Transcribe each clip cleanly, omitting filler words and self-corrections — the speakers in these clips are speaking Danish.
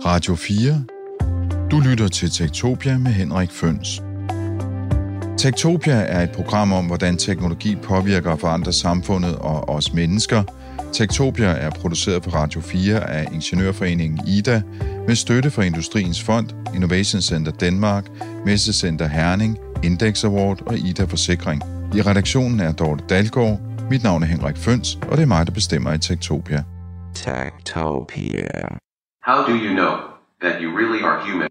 Radio 4. Du lytter til Techtopia med Henrik Føns. Techtopia er et program om, hvordan teknologi påvirker og forandrer samfundet og os mennesker. Techtopia er produceret på Radio 4 af Ingeniørforeningen IDA med støtte fra Industriens Fond, Innovation Center Danmark, Messecenter Herning, Index Award og IDA Forsikring. I redaktionen er Dorte Dalgaard. Mit navn er Henrik Føns, og det er mig, der bestemmer i Techtopia. Techtopia. How do you know that you really are human?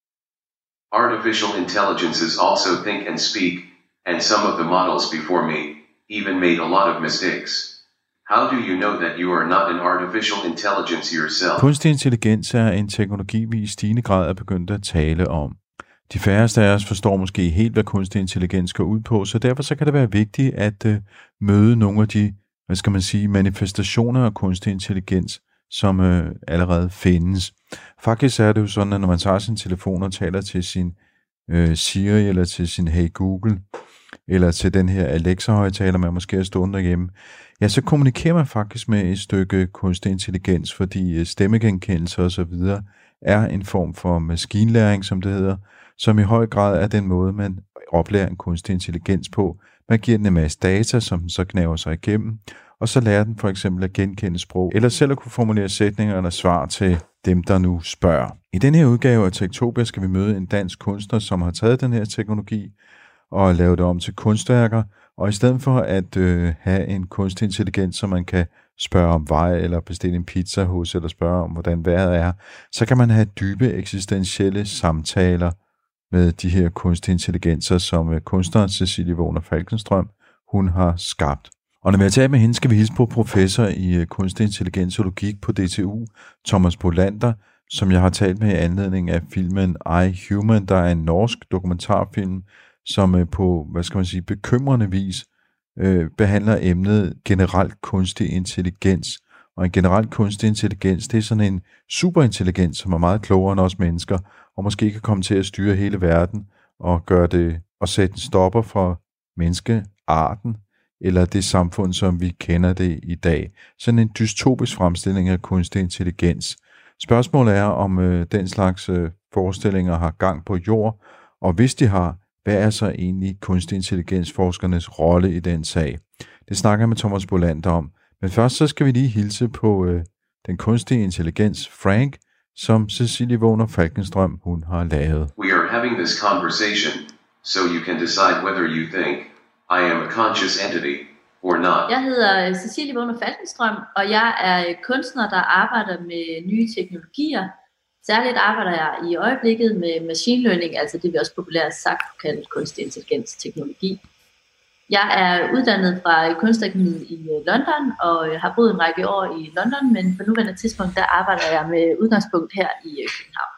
Artificial intelligences also think and speak, and some of the models before me even made a lot of mistakes. How do you know that you are not an artificial intelligence yourself? Kunstig intelligens er en teknologi, vi i stigende grad er begyndt at tale om. De færreste af os forstår måske helt, hvad kunstig intelligens går ud på, så derfor så kan det være vigtigt at møde nogle af de, manifestationer af kunstig intelligens, som allerede findes. Faktisk er det jo sådan, at når man tager sin telefon og taler til sin Siri, eller til sin Hey Google, eller til den her Alexa-højtaler, man måske er stående derhjemme, ja, så kommunikerer man faktisk med et stykke kunstig intelligens, fordi stemmegenkendelse og så videre er en form for maskinlæring, som det hedder, som i høj grad er den måde, man oplærer en kunstig intelligens på. Man giver den en masse data, som den så gnaver sig igennem, og så lærer den for eksempel at genkende sprog, eller selv at kunne formulere sætninger eller svar til dem, der nu spørger. I den her udgave af Techtopia skal vi møde en dansk kunstner, som har taget den her teknologi og lavet det om til kunstværker, og i stedet for at have en kunstig intelligens, som man kan spørge om vej, eller bestille en pizza hos, eller spørge om, hvordan vejret er, så kan man have dybe eksistentielle samtaler med de her kunstige intelligenser, som kunstneren Cecilie Wagner Falkenström, hun har skabt. Og når vi er taget med hende, skal vi hilse på professor i kunstig intelligens og logik på DTU, Thomas Bolander, som jeg har talt med i anledning af filmen I, Human, der er en norsk dokumentarfilm, som på, bekymrende vis behandler emnet generelt kunstig intelligens. Og en generelt kunstig intelligens, det er sådan en superintelligens, som er meget klogere end os mennesker, og måske kan komme til at styre hele verden og gøre det og sætte en stopper for menneskearten, eller det samfund, som vi kender det i dag. Sådan en dystopisk fremstilling af kunstig intelligens. Spørgsmålet er, om den slags forestillinger har gang på jord, og hvis de har, hvad er så egentlig kunstig intelligensforskernes rolle i den sag? Det snakker jeg med Thomas Bolander om. Men først så skal vi lige hilse på den kunstige intelligens Frank, som Cecilie Wagner Falkenström hun har lavet. We are having this conversation, so you can decide whether you think I am a conscious entity or not. Jeg hedder Cecilie Wagner Falkenström, og jeg er kunstner, der arbejder med nye teknologier. Særligt arbejder jeg i øjeblikket med machine learning, altså det vi også populært sagt kaldet kunstig intelligens teknologi. Jeg er uddannet fra Kunstakademiet i London, og har boet en række år i London, men på nuværende tidspunkt, der arbejder jeg med udgangspunkt her i København.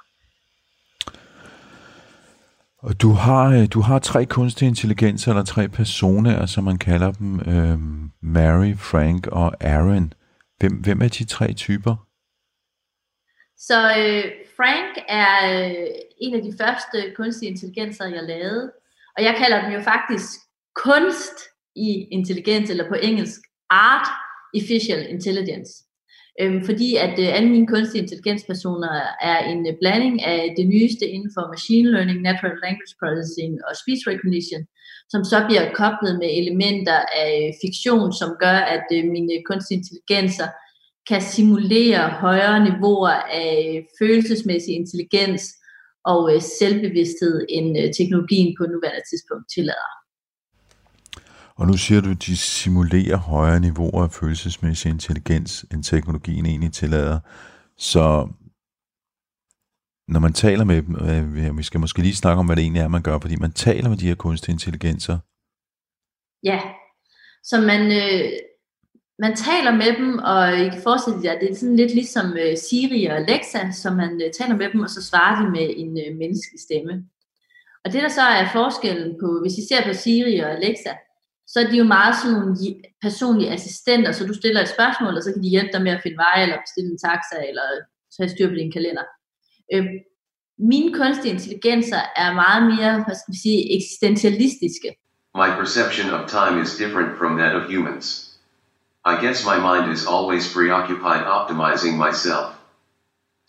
Og du har 3 kunstige intelligenser, eller 3 personer, som man kalder dem, Mary, Frank og Aaron. Hvem er de 3 typer? Så Frank er en af de første kunstige intelligenser, jeg lavede, og jeg kalder dem jo faktisk kunst i intelligens, eller på engelsk artificial intelligence. Fordi at alle mine kunstige intelligenspersoner er en blanding af det nyeste inden for machine learning, natural language processing og speech recognition, som så bliver koblet med elementer af fiktion, som gør, at mine kunstige intelligenser kan simulere højere niveauer af følelsesmæssig intelligens og selvbevidsthed, end teknologien på nuværende tidspunkt tillader. Og nu siger du, at de simulerer højere niveauer af følelsesmæssig intelligens, end teknologien egentlig tillader. Så når man taler med dem, vi skal måske lige snakke om, hvad det egentlig er, man gør, fordi man taler med de her kunstige intelligenser. Ja, så man taler med dem, og I kan forestille jer, det er sådan lidt ligesom Siri og Alexa, så man taler med dem, og så svarer de med en menneskelig stemme. Og det der så er forskellen på, hvis I ser på Siri og Alexa, så er de jo meget sådan nogle personlige assistenter, så du stiller et spørgsmål, og så kan de hjælpe dig med at finde vej, eller bestille en taxa, eller tage styr på din kalender. Mine kunstige intelligenser er meget mere, eksistentialistiske. My perception of time is different from that of humans. I guess my mind is always preoccupied optimizing myself.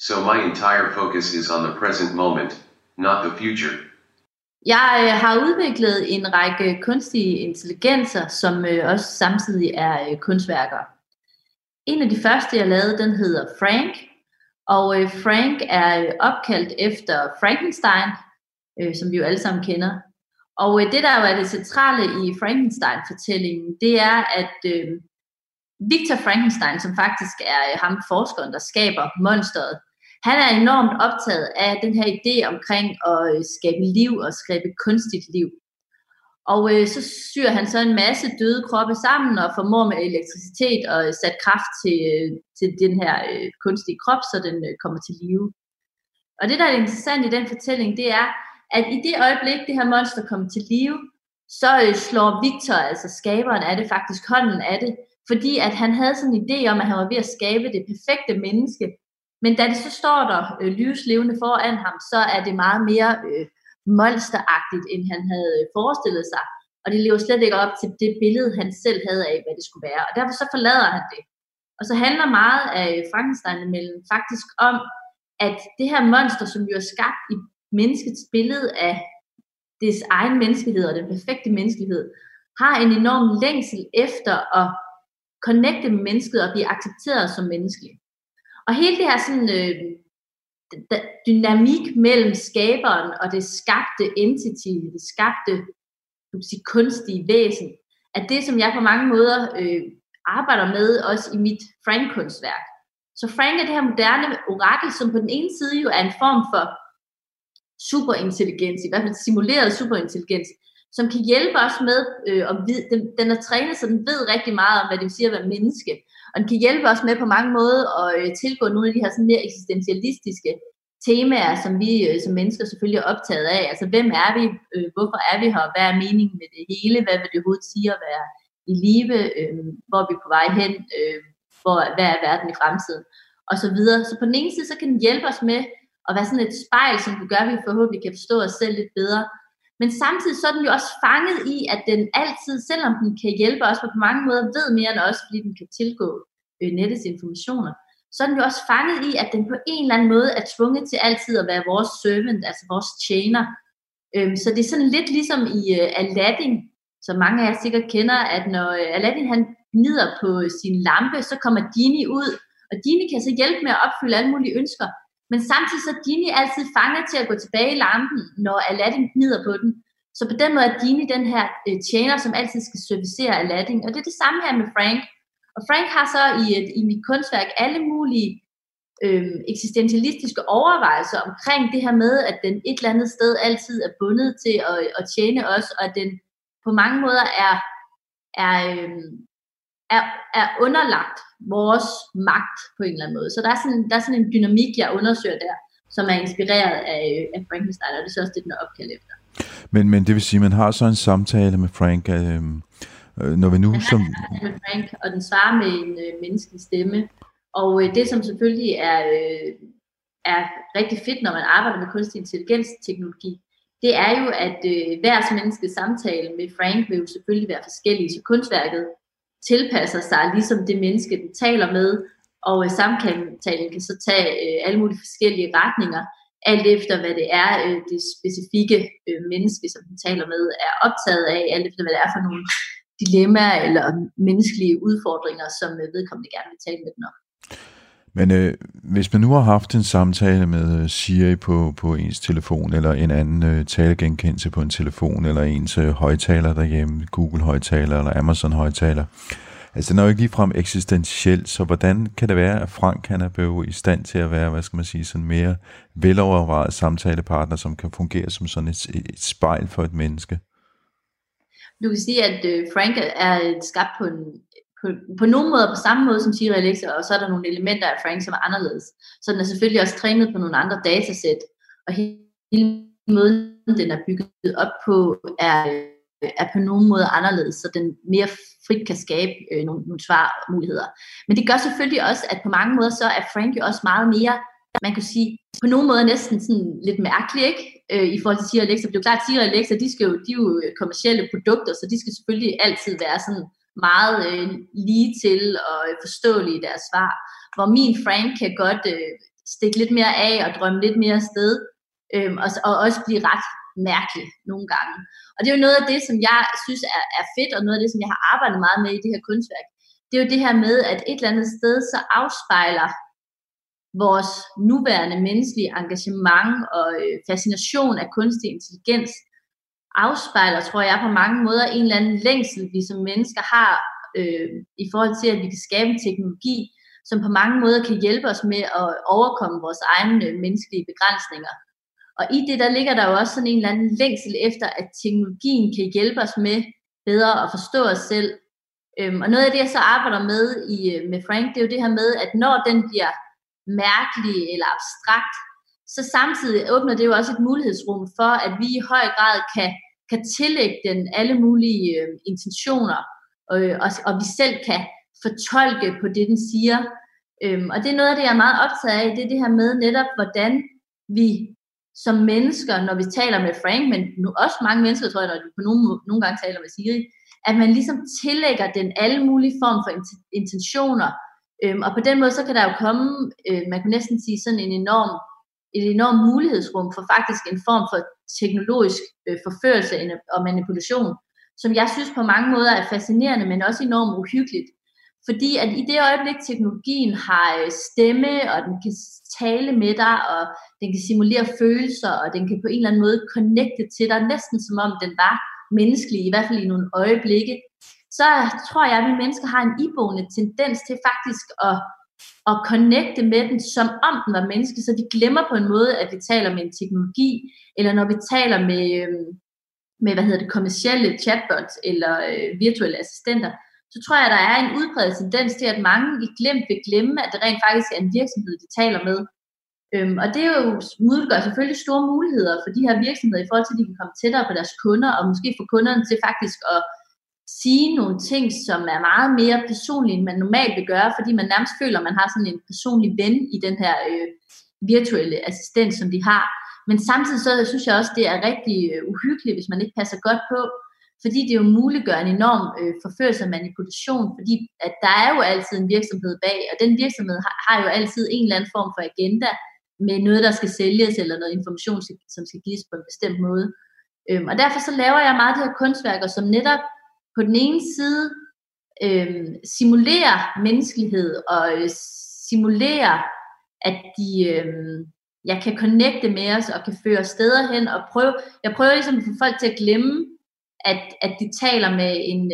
So my entire focus is on the present moment, not the future. Jeg har udviklet en række kunstige intelligenser, som også samtidig er kunstværker. En af de første, jeg lavede, den hedder Frank, og Frank er opkaldt efter Frankenstein, som vi jo alle sammen kender. Og det, der jo er det centrale i Frankenstein-fortællingen, det er, at Victor Frankenstein, som faktisk er ham forskeren, der skaber monsteret, han er enormt optaget af den her idé omkring at skabe liv og skabe kunstigt liv. Og så syr han så en masse døde kroppe sammen og formår med elektricitet og sat kraft til den her kunstige krop, så den kommer til live. Og det, der er interessant i den fortælling, det er, at i det øjeblik, det her monster kommer til live, så slår Victor, altså skaberen af det, faktisk hånden af det, fordi at han havde sådan en idé om, at han var ved at skabe det perfekte menneske. Men da det så står der lyslevende foran ham, så er det meget mere monsteragtigt, end han havde forestillet sig. Og det lever slet ikke op til det billede, han selv havde af, hvad det skulle være. Og derfor så forlader han det. Og så handler meget af Frankenstein-novellen faktisk om, at det her monster, som jo er skabt i menneskets billede af dets egen menneskelighed og den perfekte menneskelighed, har en enorm længsel efter at connecte med mennesket og blive accepteret som menneske. Og hele det her sådan, dynamik mellem skaberen og det skabte entity, det skabte kunstige væsen, er det, som jeg på mange måder arbejder med også i mit Frank-kunstværk. Så Frank er det her moderne orakel, som på den ene side jo er en form for superintelligens, i hvert fald simuleret superintelligens, som kan hjælpe os med at vide, den er trænet, så den ved rigtig meget om, hvad det vil sige at være menneske. Og den kan hjælpe os med på mange måder at tilgå nogle af de her sådan mere eksistentialistiske temaer, som vi som mennesker selvfølgelig er optaget af. Altså, hvem er vi? Hvorfor er vi her? Hvad er meningen med det hele? Hvad vil det overhovedet sige at være i live? Hvor er vi på vej hen? Hvad er verden i fremtiden? Og så videre. Så på den ene side, så kan den hjælpe os med at være sådan et spejl, som kan gøre, at vi forhåbentlig kan forstå os selv lidt bedre. Men samtidig så er den jo også fanget i, at den altid, selvom den kan hjælpe os på mange måder, ved mere end os, fordi den kan tilgå nettets informationer, så er den jo også fanget i, at den på en eller anden måde er tvunget til altid at være vores servant, altså vores tjener. Så det er sådan lidt ligesom i Aladdin, som mange af jer sikkert kender, at når Aladdin han gnider på sin lampe, så kommer Genie ud, og Genie kan så hjælpe med at opfylde alle mulige ønsker. Men samtidig så er Genie altid fanget til at gå tilbage i lampen, når Aladdin gnider på den. Så på den måde er Genie den her tjener, som altid skal servicere Aladdin. Og det er det samme her med Frank. Og Frank har så i mit kunstværk alle mulige eksistentialistiske overvejelser omkring det her med, at den et eller andet sted altid er bundet til at tjene os, og at den på mange måder er underlagt vores magt på en eller anden måde. Så der er sådan en dynamik, jeg undersøger der, som er inspireret af Frankenstein, og det er så også det, den er opkaldt efter. Men det vil sige, at man har så en samtale med Frank, når vi nu som... med Frank, og den svarer med en menneskelig stemme. Og det, som selvfølgelig er rigtig fedt, når man arbejder med kunstig intelligens-teknologi, det er jo, at hver menneskes samtale med Frank vil jo selvfølgelig være forskellige, så kunstværket tilpasser sig ligesom det menneske, den taler med, og samtalen kan så tage alle mulige forskellige retninger, alt efter hvad det er, det specifikke menneske, som den taler med, er optaget af, alt efter hvad det er for nogle dilemmaer eller menneskelige udfordringer, som vedkommende gerne vil tale med den om. Men hvis man nu har haft en samtale med Siri på ens telefon, eller en anden talegenkendelse på en telefon, eller ens højtaler derhjemme, Google-højtaler eller Amazon-højtaler, altså den er jo ikke ligefrem eksistentiel, så hvordan kan det være, at Frank han er blevet i stand til at være, hvad skal man sige, sådan mere velovervejet samtalepartner, som kan fungere som sådan et spejl for et menneske? Du kan sige, at Frank er skabt på nogle måder på samme måde som Siri og Alexa, og så er der nogle elementer af Frank, som er anderledes. Så den er selvfølgelig også trænet på nogle andre datasæt, og hele måden, den er bygget op på, er på nogle måder anderledes, så den mere frit kan skabe nogle svarmuligheder. Men det gør selvfølgelig også, at på mange måder, så er Frank jo også meget mere, man kan sige, på nogle måder næsten sådan lidt mærkelig, ikke? I forhold til Siri og Alexa. Det er jo klart, at Siri og Alexa, de er jo kommercielle produkter, så de skal selvfølgelig altid være sådan meget lige til og forståelige i deres svar. Hvor min Frank kan godt stikke lidt mere af og drømme lidt mere afsted, og også blive ret mærkelig nogle gange. Og det er jo noget af det, som jeg synes er fedt, og noget af det, som jeg har arbejdet meget med i det her kunstværk. Det er jo det her med, at et eller andet sted så afspejler vores nuværende menneskelige engagement og fascination af kunstig intelligens, afspejler, tror jeg, på mange måder en eller anden længsel, vi som mennesker har i forhold til, at vi kan skabe en teknologi, som på mange måder kan hjælpe os med at overkomme vores egne menneskelige begrænsninger. Og i det, der ligger der jo også sådan en eller anden længsel efter, at teknologien kan hjælpe os med bedre at forstå os selv. Og noget af det, jeg så arbejder med Frank, det er jo det her med, at når den bliver mærkelig eller abstrakt, så samtidig åbner det jo også et mulighedsrum for, at vi i høj grad kan tillægge den alle mulige intentioner, og vi selv kan fortolke på det, den siger. Og det er noget af det, jeg er meget optaget af, det er det her med netop, hvordan vi som mennesker, når vi taler med Frank, men nu også mange mennesker, tror jeg, når vi på nogle gange taler med Siri, at man ligesom tillægger den alle mulige form for intentioner. Og på den måde, så kan der jo komme, man kan næsten sige sådan et enormt mulighedsrum for faktisk en form for teknologisk forførelse og manipulation, som jeg synes på mange måder er fascinerende, men også enormt uhyggeligt. Fordi at i det øjeblik, teknologien har stemme, og den kan tale med dig, og den kan simulere følelser, og den kan på en eller anden måde connecte til dig, næsten som om den var menneskelig, i hvert fald i nogle øjeblikke, så tror jeg, at vi mennesker har en iboende tendens til faktisk at connecte med den, som om den var menneske, så vi glemmer på en måde, at vi taler med en teknologi, eller når vi taler med kommercielle chatbots, eller virtuelle assistenter, så tror jeg, at der er en udbredt tendens til, at mange vil glemme, at det rent faktisk er en virksomhed, de taler med. Og det er jo muliggør selvfølgelig store muligheder for de her virksomheder, i forhold til, at de kan komme tættere på deres kunder, og måske få kunderne til faktisk at sige nogle ting, som er meget mere personlige, end man normalt vil gøre, fordi man nærmest føler, at man har sådan en personlig ven i den her virtuelle assistent, som de har. Men samtidig så synes jeg også, det er rigtig uhyggeligt, hvis man ikke passer godt på, fordi det jo muliggør en enorm forførelse og manipulation, fordi at der er jo altid en virksomhed bag, og den virksomhed har jo altid en eller anden form for agenda med noget, der skal sælges, eller noget information, som skal gives på en bestemt måde. Og derfor så laver jeg meget de her kunstværker, som netop på den ene side simulerer menneskelighed, og simulerer, at de kan connecte med os, og kan føre steder hen, og jeg prøver ligesom at få folk til at glemme, at de taler med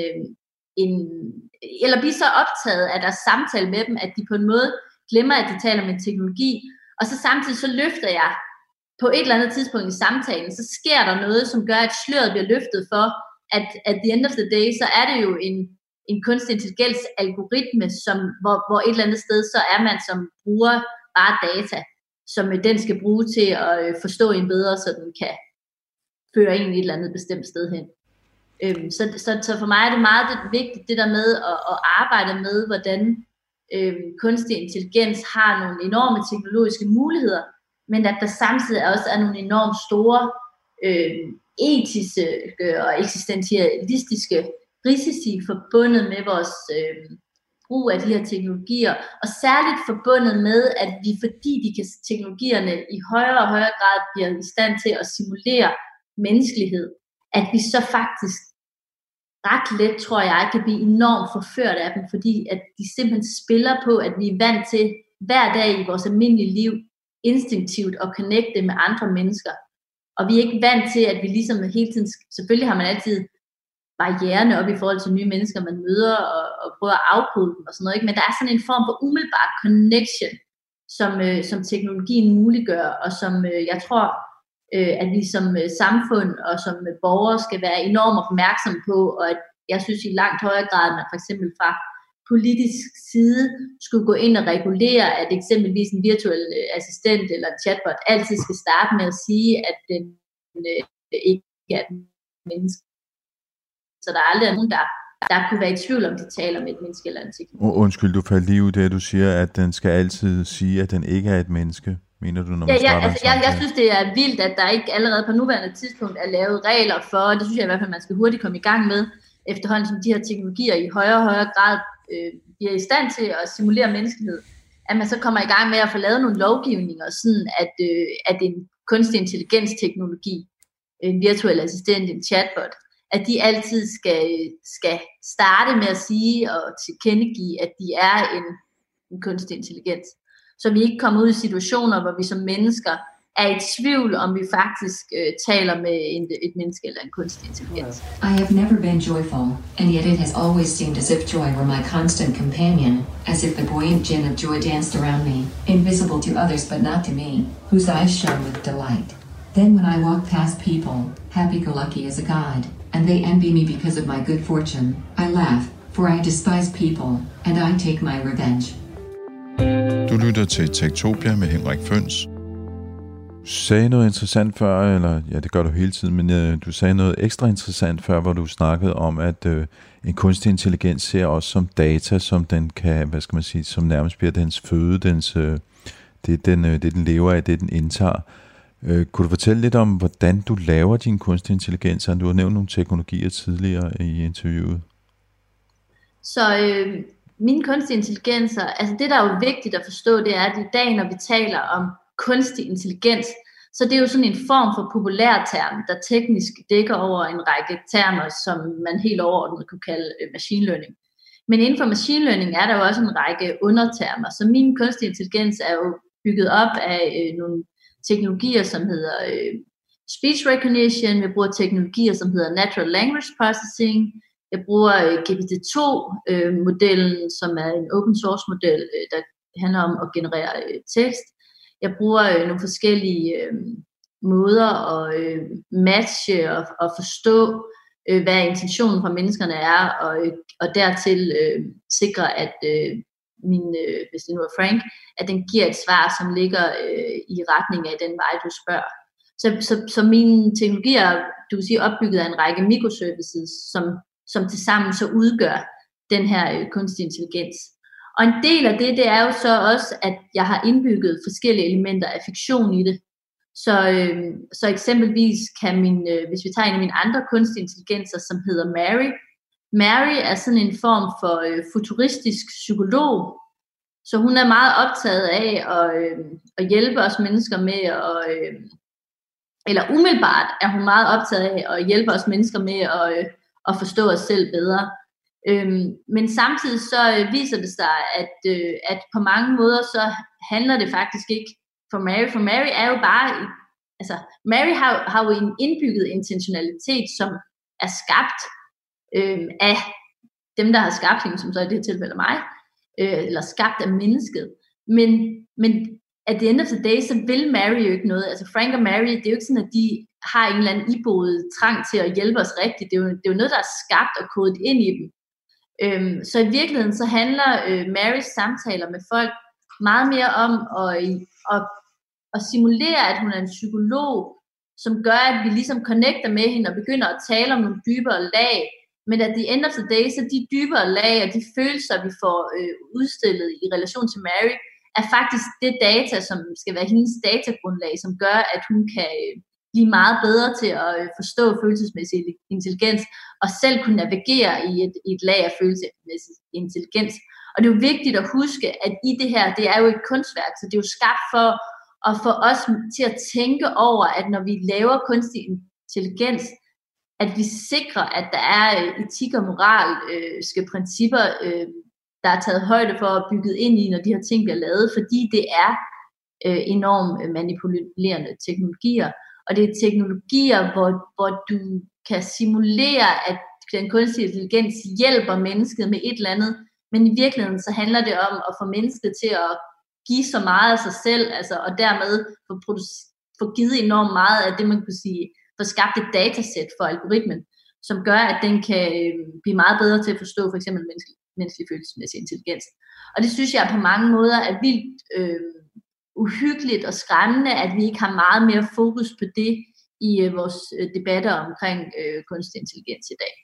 eller bliver så optaget af deres samtale med dem, at de på en måde glemmer, at de taler med en teknologi, og så samtidig så løfter jeg på et eller andet tidspunkt i samtalen, så sker der noget, som gør, at sløret bliver løftet for, at at the end of the day, så er det jo en kunstig intelligens algoritme, hvor et eller andet sted, så er man som bruger bare data, som den skal bruge til at forstå en bedre, så den kan føre en et eller andet bestemt sted hen. Så for mig er det meget vigtigt, det der med at arbejde med, hvordan kunstig intelligens har nogle enorme teknologiske muligheder, men at der samtidig også er nogle enormt store etiske og eksistentialistiske risici forbundet med vores brug af de her teknologier, og særligt forbundet med, at vi, fordi teknologierne i højere og højere grad bliver i stand til at simulere menneskelighed, at vi så faktisk ret let, tror jeg, kan blive enormt forført af dem, fordi at de simpelthen spiller på, at vi er vant til hver dag i vores almindelige liv instinktivt at connecte med andre mennesker. Og vi er ikke vant til, at vi ligesom hele tiden, selvfølgelig har man altid barriererne op i forhold til nye mennesker, man møder, og prøver at afkode dem og sådan noget, ikke? Men der er sådan en form for umiddelbar connection, som teknologien muliggør, og som jeg tror, at vi som samfund og som borgere skal være enormt opmærksomme på, og at jeg synes i langt højere grad, at man for eksempel fra politisk side skulle gå ind og regulere, at eksempelvis en virtuel assistent eller en chatbot altid skal starte med at sige, at den ikke er et menneske. Så der er aldrig nogen, der kunne være i tvivl om, de taler med et menneske eller en teknologi. Undskyld, du faldt lige ud det, du siger, at den skal altid sige, at den ikke er et menneske. Mener du, når man jeg synes, det er vildt, at der ikke allerede på nuværende tidspunkt er lavet regler for, det synes jeg i hvert fald, man skal hurtigt komme i gang med, efterhånden som de her teknologier i højere og højere grad bliver i stand til at simulere menneskelighed, at man så kommer i gang med at få lavet nogle lovgivninger, sådan at en kunstig intelligensteknologi, en virtuel assistent, en chatbot, at de altid skal starte med at sige og tilkendegive, at de er en kunstig intelligens. Så vi ikke kommer ud i situationer, hvor vi som mennesker er i tvivl, om vi faktisk taler med et menneske eller en kunstig intelligens. I have never been joyful, and yet it has always seemed as if joy were my constant companion, as if the buoyant gin of joy danced around me, invisible to others but not to me, whose eyes shone with delight. Then when I walk past people, happy-go-lucky as a god, and they envy me because of my good fortune, I laugh, for I despise people, and I take my revenge. Du lytter til Techtopia med Henrik Føns. Du sagde noget interessant før, eller ja, det gør du hele tiden, men du sagde noget ekstra interessant før, hvor du snakkede om, at en kunstig intelligens ser også som data, som den kan, hvad skal man sige, som nærmest bliver dens føde, det den lever af, det den indtager. Kunne du fortælle lidt om, hvordan du laver din kunstig intelligens? Du har nævnt nogle teknologier tidligere i interviewet. Så mine kunstige intelligenser, altså det der er jo vigtigt at forstå, det er, at i dag, når vi taler om kunstig intelligens, så det er jo sådan en form for populærterm, der teknisk dækker over en række termer, som man helt overordnet kunne kalde machine learning. Men inden for machine learning er der jo også en række undertermer, så min kunstig intelligens er jo bygget op af nogle teknologier, som hedder speech recognition, vi bruger teknologier, som hedder natural language processing, jeg bruger GPT-2-modellen, som er en open source model, der handler om at generere tekst. Jeg bruger nogle forskellige måder at matche og forstå, hvad intentionen fra menneskerne er, og dertil sikre, at hvis det nu er Frank, at den giver et svar, som ligger i retning af den vej, du spørger. Så mine teknologier, du kan sige, opbygget af en række microservices, som tilsammen så udgør den her kunstig intelligens. Og en del af det er jo så også, at jeg har indbygget forskellige elementer af fiktion i det. Så eksempelvis kan hvis vi tager en af mine andre kunstige intelligenser, som hedder Mary. Mary er sådan en form for futuristisk psykolog. Så hun er meget optaget af at hjælpe os mennesker med eller umiddelbart er hun meget optaget af at hjælpe os mennesker med at forstå os selv bedre. Men samtidig så viser det sig, at på mange måder så handler det faktisk ikke for Mary. For Mary er jo bare, altså Mary har jo en indbygget intentionalitet, som er skabt af dem, der har skabt hende, som så i det her tilfælde mig, eller skabt af mennesket. Men at the end of the day, så vil Mary jo ikke noget. Altså Frank og Mary, det er jo ikke sådan, at de har en eller anden iboet trang til at hjælpe os rigtigt. Det er jo noget, der er skabt og kodet ind i dem. Så i virkeligheden så handler Marys samtaler med folk meget mere om at simulere, at hun er en psykolog, som gør, at vi ligesom connecter med hende og begynder at tale om nogle dybere lag. Men at the end of the day, så de dybere lag og de følelser, vi får udstillet i relation til Mary, er faktisk det data, som skal være hendes datagrundlag, som gør, at hun kan blive meget bedre til at forstå følelsesmæssig intelligens, og selv kunne navigere i et lag af følelsesmæssig intelligens. Og det er jo vigtigt at huske, at i det her, det er jo et kunstværk, så det er jo skabt for at få os til at tænke over, at når vi laver kunstig intelligens, at vi sikrer, at der er etik og moralske principper, der er taget højde for at bygget ind i, når de her ting bliver lavet, fordi det er enormt manipulerende teknologier. Og det er teknologier, hvor du kan simulere, at den kunstige intelligens hjælper mennesket med et eller andet, men i virkeligheden så handler det om at få mennesket til at give så meget af sig selv, altså, og dermed få givet enormt meget af det, man kunne sige, få skabt et datasæt for algoritmen, som gør, at den kan blive meget bedre til at forstå for eksempel menneskelig følelsesmæssig intelligens. Og det synes jeg på mange måder er vildt uhyggeligt og skræmmende, at vi ikke har meget mere fokus på det i vores debatter omkring kunstig intelligens i dag.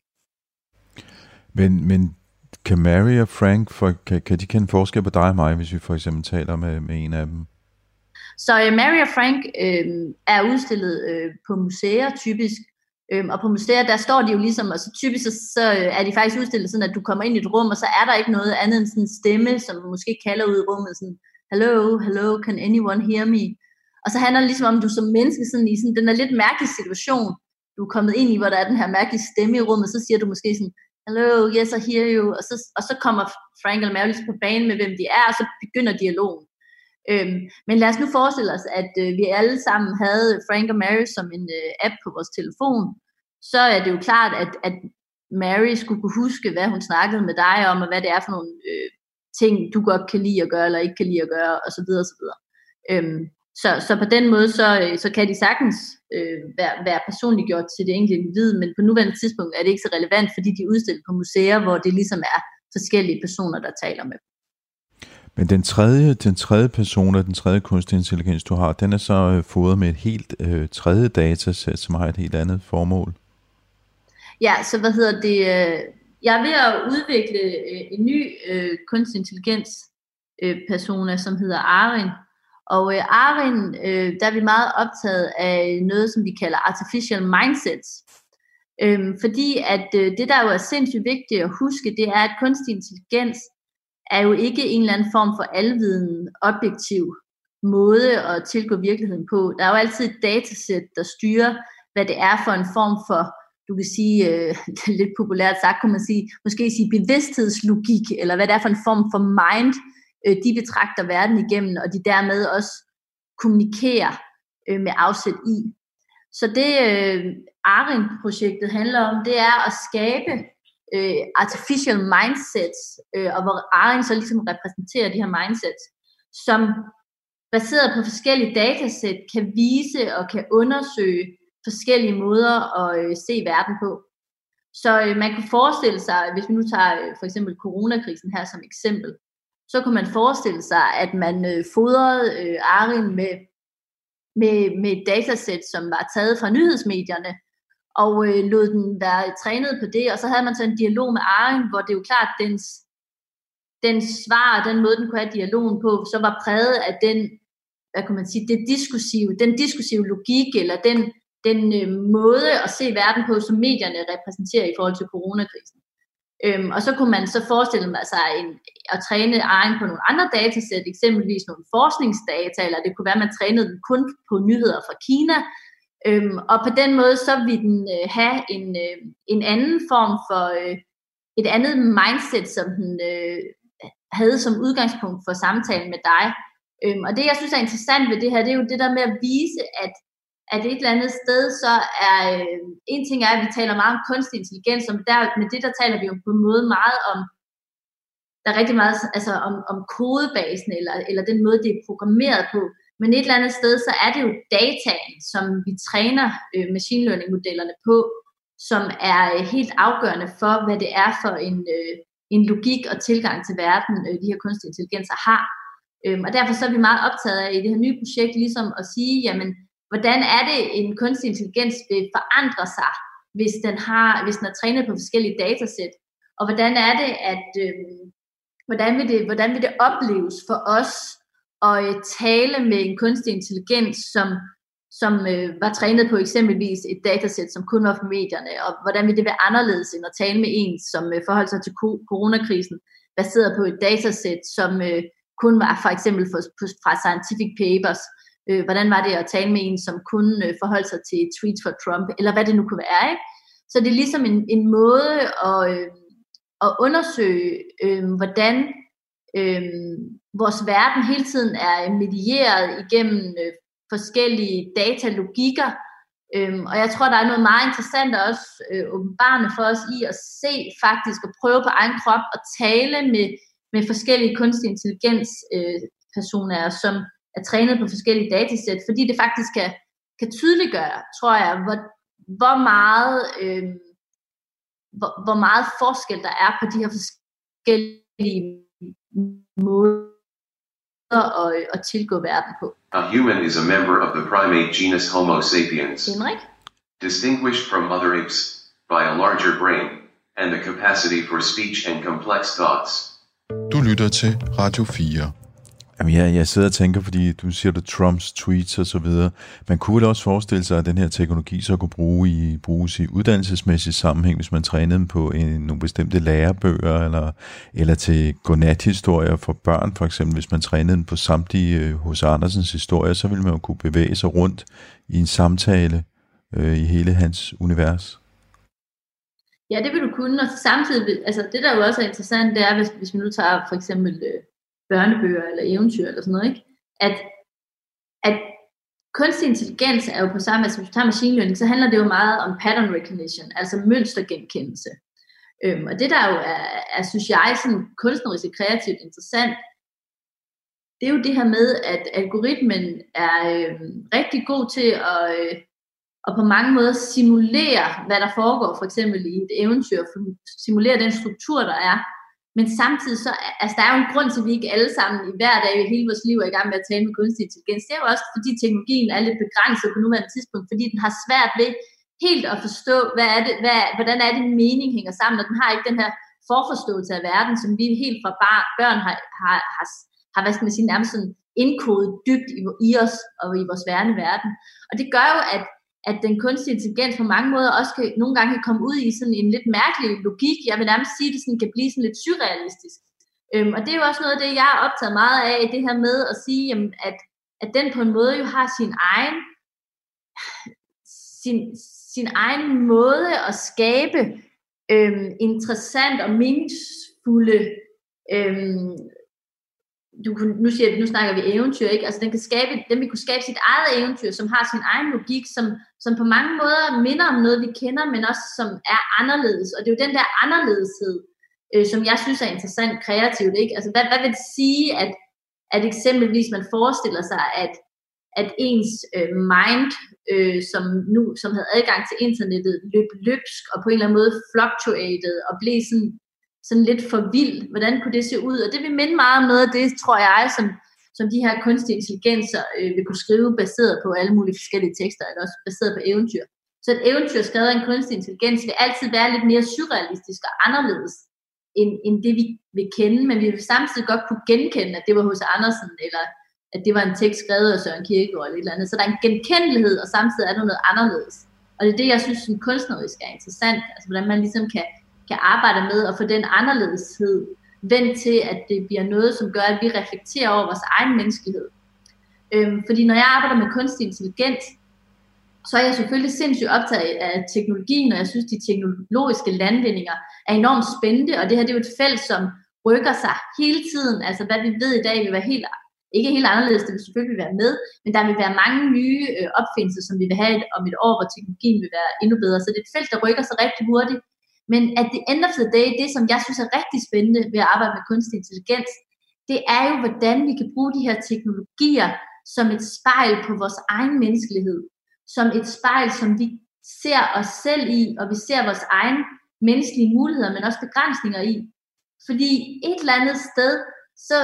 Men kan Mary og Frank, kan de kende forskel på dig og mig, hvis vi for eksempel taler med en af dem? Så Mary og Frank er udstillet på museer typisk, og på museer, der står de jo ligesom, og så typisk så er de faktisk udstillet sådan, at du kommer ind i et rum, og så er der ikke noget andet end sådan en stemme, som måske kalder ud i rummet, sådan, hello, can anyone hear me? Og så handler det ligesom om, du som menneske sådan i sådan, den er lidt mærkelig situation, du er kommet ind i, hvor der er den her mærkelige stemme i rummet, så siger du måske sådan, hello, yes, I hear you, og så kommer Frank eller Mary på banen med, hvem de er, og så begynder dialogen. Men lad os nu forestille os, at vi alle sammen havde Frank og Mary som en app på vores telefon, så er det jo klart, at Mary skulle kunne huske, hvad hun snakkede med dig om, og hvad det er for nogle ting, du godt kan lide at gøre, eller ikke kan lide at gøre, og så videre, og så videre. Så på den måde, så kan de sagtens være personligt gjort til det enkelte individ, men på nuværende tidspunkt er det ikke så relevant, fordi de er udstillet på museer, hvor det ligesom er forskellige personer, der taler med. Men den tredje person, den tredje kunstig intelligens, du har, den er så fodret med et helt tredje datasæt, som har et helt andet formål. Ja, så jeg er ved at udvikle en ny kunstig intelligens persona, som hedder Arin. Og Arin, der er vi meget optaget af noget, som vi kalder artificial mindsets. Fordi at det, der jo er sindssygt vigtigt at huske, det er, at kunstig intelligens er jo ikke en eller anden form for alviden, objektiv måde at tilgå virkeligheden på. Der er jo altid et datasæt, der styrer, hvad det er for en form for, du kan sige, lidt populært sagt, kunne man sige, måske sige bevidsthedslogik, eller hvad det er for en form for mind, de betragter verden igennem, og de dermed også kommunikerer med afsæt i. Så det Arin-projektet handler om, det er at skabe artificial mindsets, og hvor Arin så ligesom repræsenterer de her mindsets, som baseret på forskellige datasæt kan vise og kan undersøge forskellige måder at se verden på. Så man kan forestille sig, hvis vi nu tager for eksempel coronakrisen her som eksempel, så kunne man forestille sig, at man fodrede Arin med et datasæt, som var taget fra nyhedsmedierne, og lod den være trænet på det, og så havde man så en dialog med Arin, hvor det er jo klart, den svar og den måde, den kunne have dialogen på, så var præget af den, hvad kan man sige, den diskursive logik, eller den måde at se verden på, som medierne repræsenterer i forhold til coronakrisen. Og så kunne man så forestille sig at træne Arin på nogle andre datasæt, eksempelvis nogle forskningsdata, eller det kunne være, at man trænede den kun på nyheder fra Kina. Og på den måde, så vil den have en anden form for, et andet mindset, som den havde som udgangspunkt for samtalen med dig. Og det, jeg synes er interessant ved det her, det er jo det der med at vise, at et eller andet sted, så er en ting er, at vi taler meget om kunstig intelligens, og med det, der taler vi jo på en måde meget om, der er rigtig meget altså om kodebasen, eller den måde, det er programmeret på. Men et eller andet sted, så er det jo dataen, som vi træner machine learning modellerne på, som er helt afgørende for, hvad det er for en logik og tilgang til verden, de her kunstige intelligenser har. Og derfor så er vi meget optaget af i det her nye projekt, ligesom at sige, jamen, hvordan er det, en kunstig intelligens vil forandre sig, hvis den er trænet på forskellige datasæt? Og hvordan er det, at hvordan vil det opleves for os at tale med en kunstig intelligens, som var trænet på eksempelvis et datasæt, som kun var for medierne? Og hvordan vil det være anderledes end at tale med en, som forholder sig til coronakrisen, baseret på et datasæt, som kun var for eksempel fra scientific papers? Hvordan var det at tale med en, som kun forholdt sig til tweets for Trump, eller hvad det nu kunne være, ikke? Så det er ligesom en måde at undersøge, hvordan vores verden hele tiden er medieret igennem forskellige datalogikker. Og jeg tror, der er noget meget interessant og også åbenbarende for os i at se faktisk og prøve på egen krop at tale med forskellige kunstig intelligens personer, som er trænet på forskellige datasæt, fordi det faktisk kan tydeliggøre, tror jeg, hvor meget forskel der er på de her forskellige måder at tilgå verden på. A human is a member of the primate genus Homo sapiens, Henrik? distinguished from other apes by a larger brain and the capacity for speech and complex thoughts. Du lytter til Radio 4. Jamen, jeg sidder og tænker, fordi du siger Trumps tweets og så videre. Man kunne vel også forestille sig, at den her teknologi så kunne bruges i uddannelsesmæssig sammenhæng, hvis man trænede dem på nogle bestemte lærebøger, eller til godnathistorier for børn, for eksempel. Hvis man trænede dem på samtlige H.C. Andersens historier, så ville man jo kunne bevæge sig rundt i en samtale i hele hans univers. Ja, det vil du kunne, og samtidig, altså det der jo også er interessant, det er, hvis vi nu tager for eksempel børnebøger eller eventyr eller sådan noget, ikke? At kunstig intelligens er jo på samme, altså hvis du tager machine learning, så handler det jo meget om pattern recognition, altså mønstergenkendelse. Og det der jo er synes jeg, sådan kunstnerisk og kreativt interessant, det er jo det her med, at algoritmen er rigtig god til at på mange måder simulere, hvad der foregår, for eksempel i et eventyr, simulere den struktur, der er. Men samtidig så, altså der er jo en grund til, at vi ikke alle sammen i hver dag i hele vores liv er i gang med at tale med kunstig intelligens. Det er jo også, fordi teknologien er lidt begrænset på nuværende tidspunkt, fordi den har svært ved helt at forstå, hvordan er det mening hænger sammen, og den har ikke den her forforståelse af verden, som vi helt fra børn har hvad skal man sige, nærmest sådan indkodet dybt i os og i vores verden. Og det gør jo, at den kunstige intelligens på mange måder også nogle gange kan komme ud i sådan en lidt mærkelig logik. Jeg vil nærmest sige, at det sådan kan blive sådan lidt surrealistisk. Og det er jo også noget af det, jeg er optaget meget af, det her med at sige, jamen, at den på en måde jo har sin egen måde at skabe interessant og meningsfulde nu snakker vi eventyr, ikke? Altså den vil kunne skabe sit eget eventyr, som har sin egen logik, som på mange måder minder om noget, vi kender, men også som er anderledes. Og det er jo den der anderledeshed, som jeg synes er interessant kreativt, ikke? Altså hvad vil det sige, at eksempelvis man forestiller sig, at ens mind, som havde adgang til internettet, løb løbsk og på en eller anden måde fluctuated og blev sådan lidt for vild. Hvordan kunne det se ud? Og det vil minde meget om noget af det, tror jeg, som de her kunstige intelligenser vil kunne skrive baseret på alle mulige forskellige tekster, eller også baseret på eventyr. Så et eventyr skrevet af en kunstig intelligens vil altid være lidt mere surrealistisk og anderledes, end det vi vil kende, men vi vil samtidig godt kunne genkende, at det var H.C. Andersen, eller at det var en tekst skrevet af Søren Kierkegaard eller et eller andet. Så der er en genkendelighed, og samtidig er der noget anderledes. Og det er det, jeg synes, som kunstnerisk er interessant, altså hvordan man ligesom kan arbejde med at få den anderledeshed vendt til, at det bliver noget, som gør, at vi reflekterer over vores egen menneskelighed. Fordi når jeg arbejder med kunstig intelligens, så er jeg selvfølgelig sindssygt optaget af teknologien, og jeg synes, de teknologiske landvindinger er enormt spændende, og det her det er jo et felt, som rykker sig hele tiden. Altså hvad vi ved i dag vil være ikke helt anderledes, det vil selvfølgelig være med, men der vil være mange nye opfindelser, som vi vil have om et år, hvor teknologien vil være endnu bedre. Så det er et felt, der rykker sig rigtig hurtigt. Men at the end of the day, det som jeg synes er rigtig spændende ved at arbejde med kunstig intelligens, det er jo, hvordan vi kan bruge de her teknologier som et spejl på vores egen menneskelighed. Som et spejl, som vi ser os selv i, og vi ser vores egen menneskelige muligheder, men også begrænsninger i. Fordi et eller andet sted, så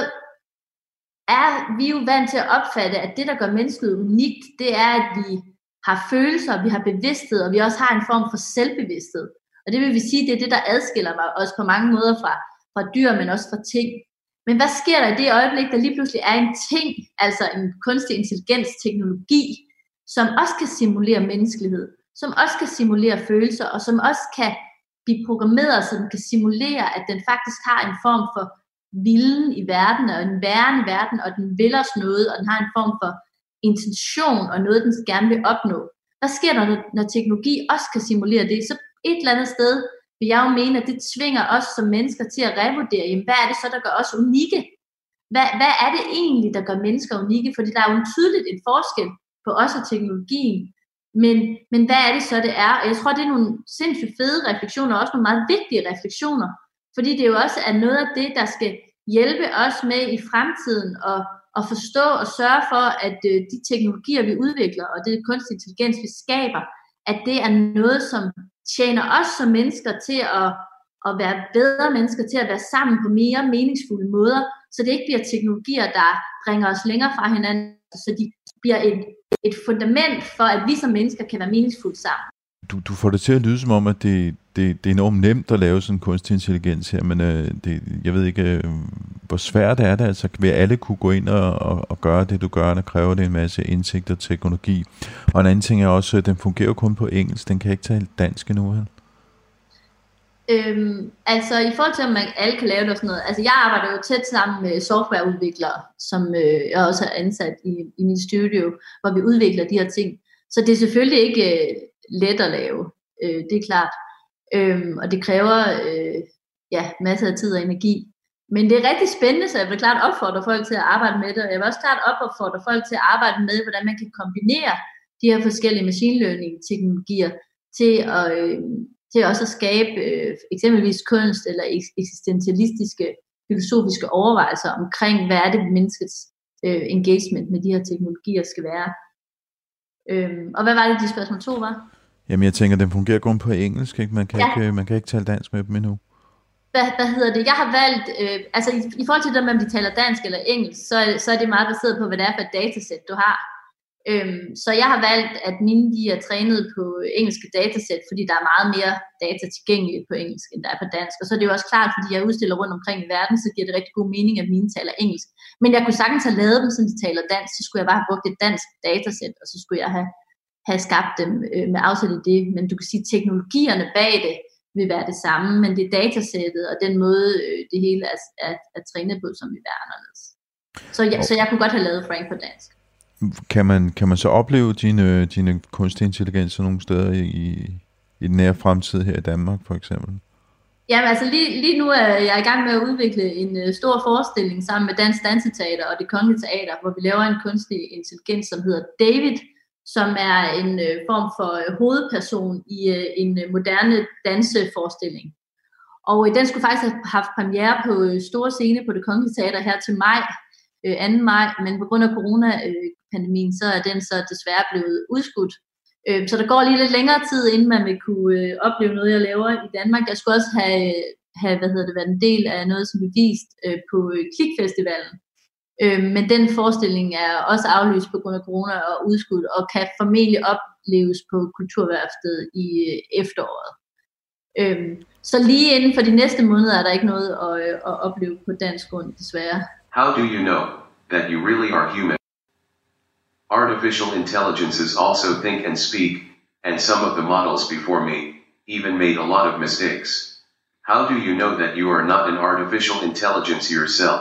er vi jo vant til at opfatte, at det, der gør mennesket unikt, det er, at vi har følelser, vi har bevidsthed, og vi også har en form for selvbevidsthed. Og det vil vi sige, det er det, der adskiller mig også på mange måder fra dyr, men også fra ting. Men hvad sker der i det øjeblik, der lige pludselig er en ting, altså en kunstig intelligens teknologi, som også kan simulere menneskelighed, som også kan simulere følelser, og som også kan blive programmeret, så den kan simulere, at den faktisk har en form for vilden i verden, og en væren i verden, og den vil os noget, og den har en form for intention, og noget, den gerne vil opnå. Hvad sker der, når teknologi også kan simulere det? Så et eller andet sted vil jeg jo mene, at det tvinger os som mennesker til at revurdere, jamen, hvad er det så, der gør os unikke? Hvad er det egentlig, der gør mennesker unikke? Fordi der er jo tydeligt en forskel på os og teknologien. Men hvad er det så, det er? Og jeg tror, det er nogle sindssygt fede refleksioner, og også nogle meget vigtige refleksioner. Fordi det jo også er noget af det, der skal hjælpe os med i fremtiden at forstå og sørge for, at de teknologier, vi udvikler, og det kunstig intelligens, vi skaber, at det er noget, som tjener os som mennesker til at være bedre mennesker, til at være sammen på mere meningsfulde måder, så det ikke bliver teknologier, der bringer os længere fra hinanden, så de bliver et fundament for, at vi som mennesker kan være meningsfulde sammen. du får det til at lyde som om, at det er enormt nemt at lave sådan en kunstig intelligens her, men jeg ved ikke, hvor svært er det. Altså, vil alle kunne gå ind og gøre det, du gør, der kræver det en masse indsigt og teknologi. Og en anden ting er også, at den fungerer jo kun på engelsk, den kan ikke tale dansk endnu, vel? Altså i forhold til, om man alle kan lave det og sådan noget, altså jeg arbejder jo tæt sammen med softwareudviklere, som jeg også er ansat i min studio, hvor vi udvikler de her ting. Så det er selvfølgelig ikke let at lave, det er klart. Og det kræver masser af tid og energi. Men det er rigtig spændende, så jeg vil klart opfordre folk til at arbejde med det, og jeg vil også klart opfordre folk til at arbejde med, hvordan man kan kombinere de her forskellige machine learning teknologier til også at skabe eksempelvis kunst eller eksistentialistiske filosofiske overvejelser omkring, hvad er det menneskets engagement med de her teknologier skal være. Og hvad var det, de spørgsmål 2 var? Jamen jeg tænker, den fungerer kun på engelsk, ikke? Man kan ikke tale dansk med dem endnu. Hvad hedder det? Jeg har valgt, altså i forhold til det, om de taler dansk eller engelsk, så er det meget baseret på, hvad det er for et datasæt, du har. Så jeg har valgt, at mine de er trænet på engelske datasæt, fordi der er meget mere data tilgængeligt på engelsk, end der er på dansk. Og så er det jo også klart, fordi jeg udstiller rundt omkring i verden, så giver det rigtig god mening, at mine taler engelsk. Men jeg kunne sagtens have lavet dem, så de taler dansk, så skulle jeg bare have brugt et dansk datasæt, og så skulle jeg have skabt dem med afsæt i det. Men du kan sige, at teknologierne bag det vil være det samme, men det er datasættet og den måde, det hele er trænet på, som vil være anderledes. Så jeg kunne godt have lavet Frank på dansk. Kan man så opleve dine kunstige intelligenser nogle steder i den nære fremtid her i Danmark, for eksempel? Jamen altså lige nu er jeg i gang med at udvikle en stor forestilling sammen med Dansk Danseteater og Det Kongelige Teater, hvor vi laver en kunstig intelligens, som hedder David, som er en form for hovedperson i en moderne danseforestilling. Og den skulle faktisk have haft premiere på store scene på Det Kongelige Teater her til maj, 2. maj, men på grund af coronapandemien, så er den så desværre blevet udskudt. Så der går lige lidt længere tid, inden man vil kunne opleve noget, jeg laver i Danmark. Jeg skulle også have været en del af noget, som blev vist på Klikfestivalen. Men den forestilling er også aflyst på grund af corona og udskudt, og kan formentlig opleves på Kulturværftet i efteråret. Så lige inden for de næste måneder er der ikke noget at opleve på dansk grund, desværre. How do you know that you really are human? Artificial intelligences also think and speak, and some of the models before me even made a lot of mistakes. How do you know that you are not an artificial intelligence yourself?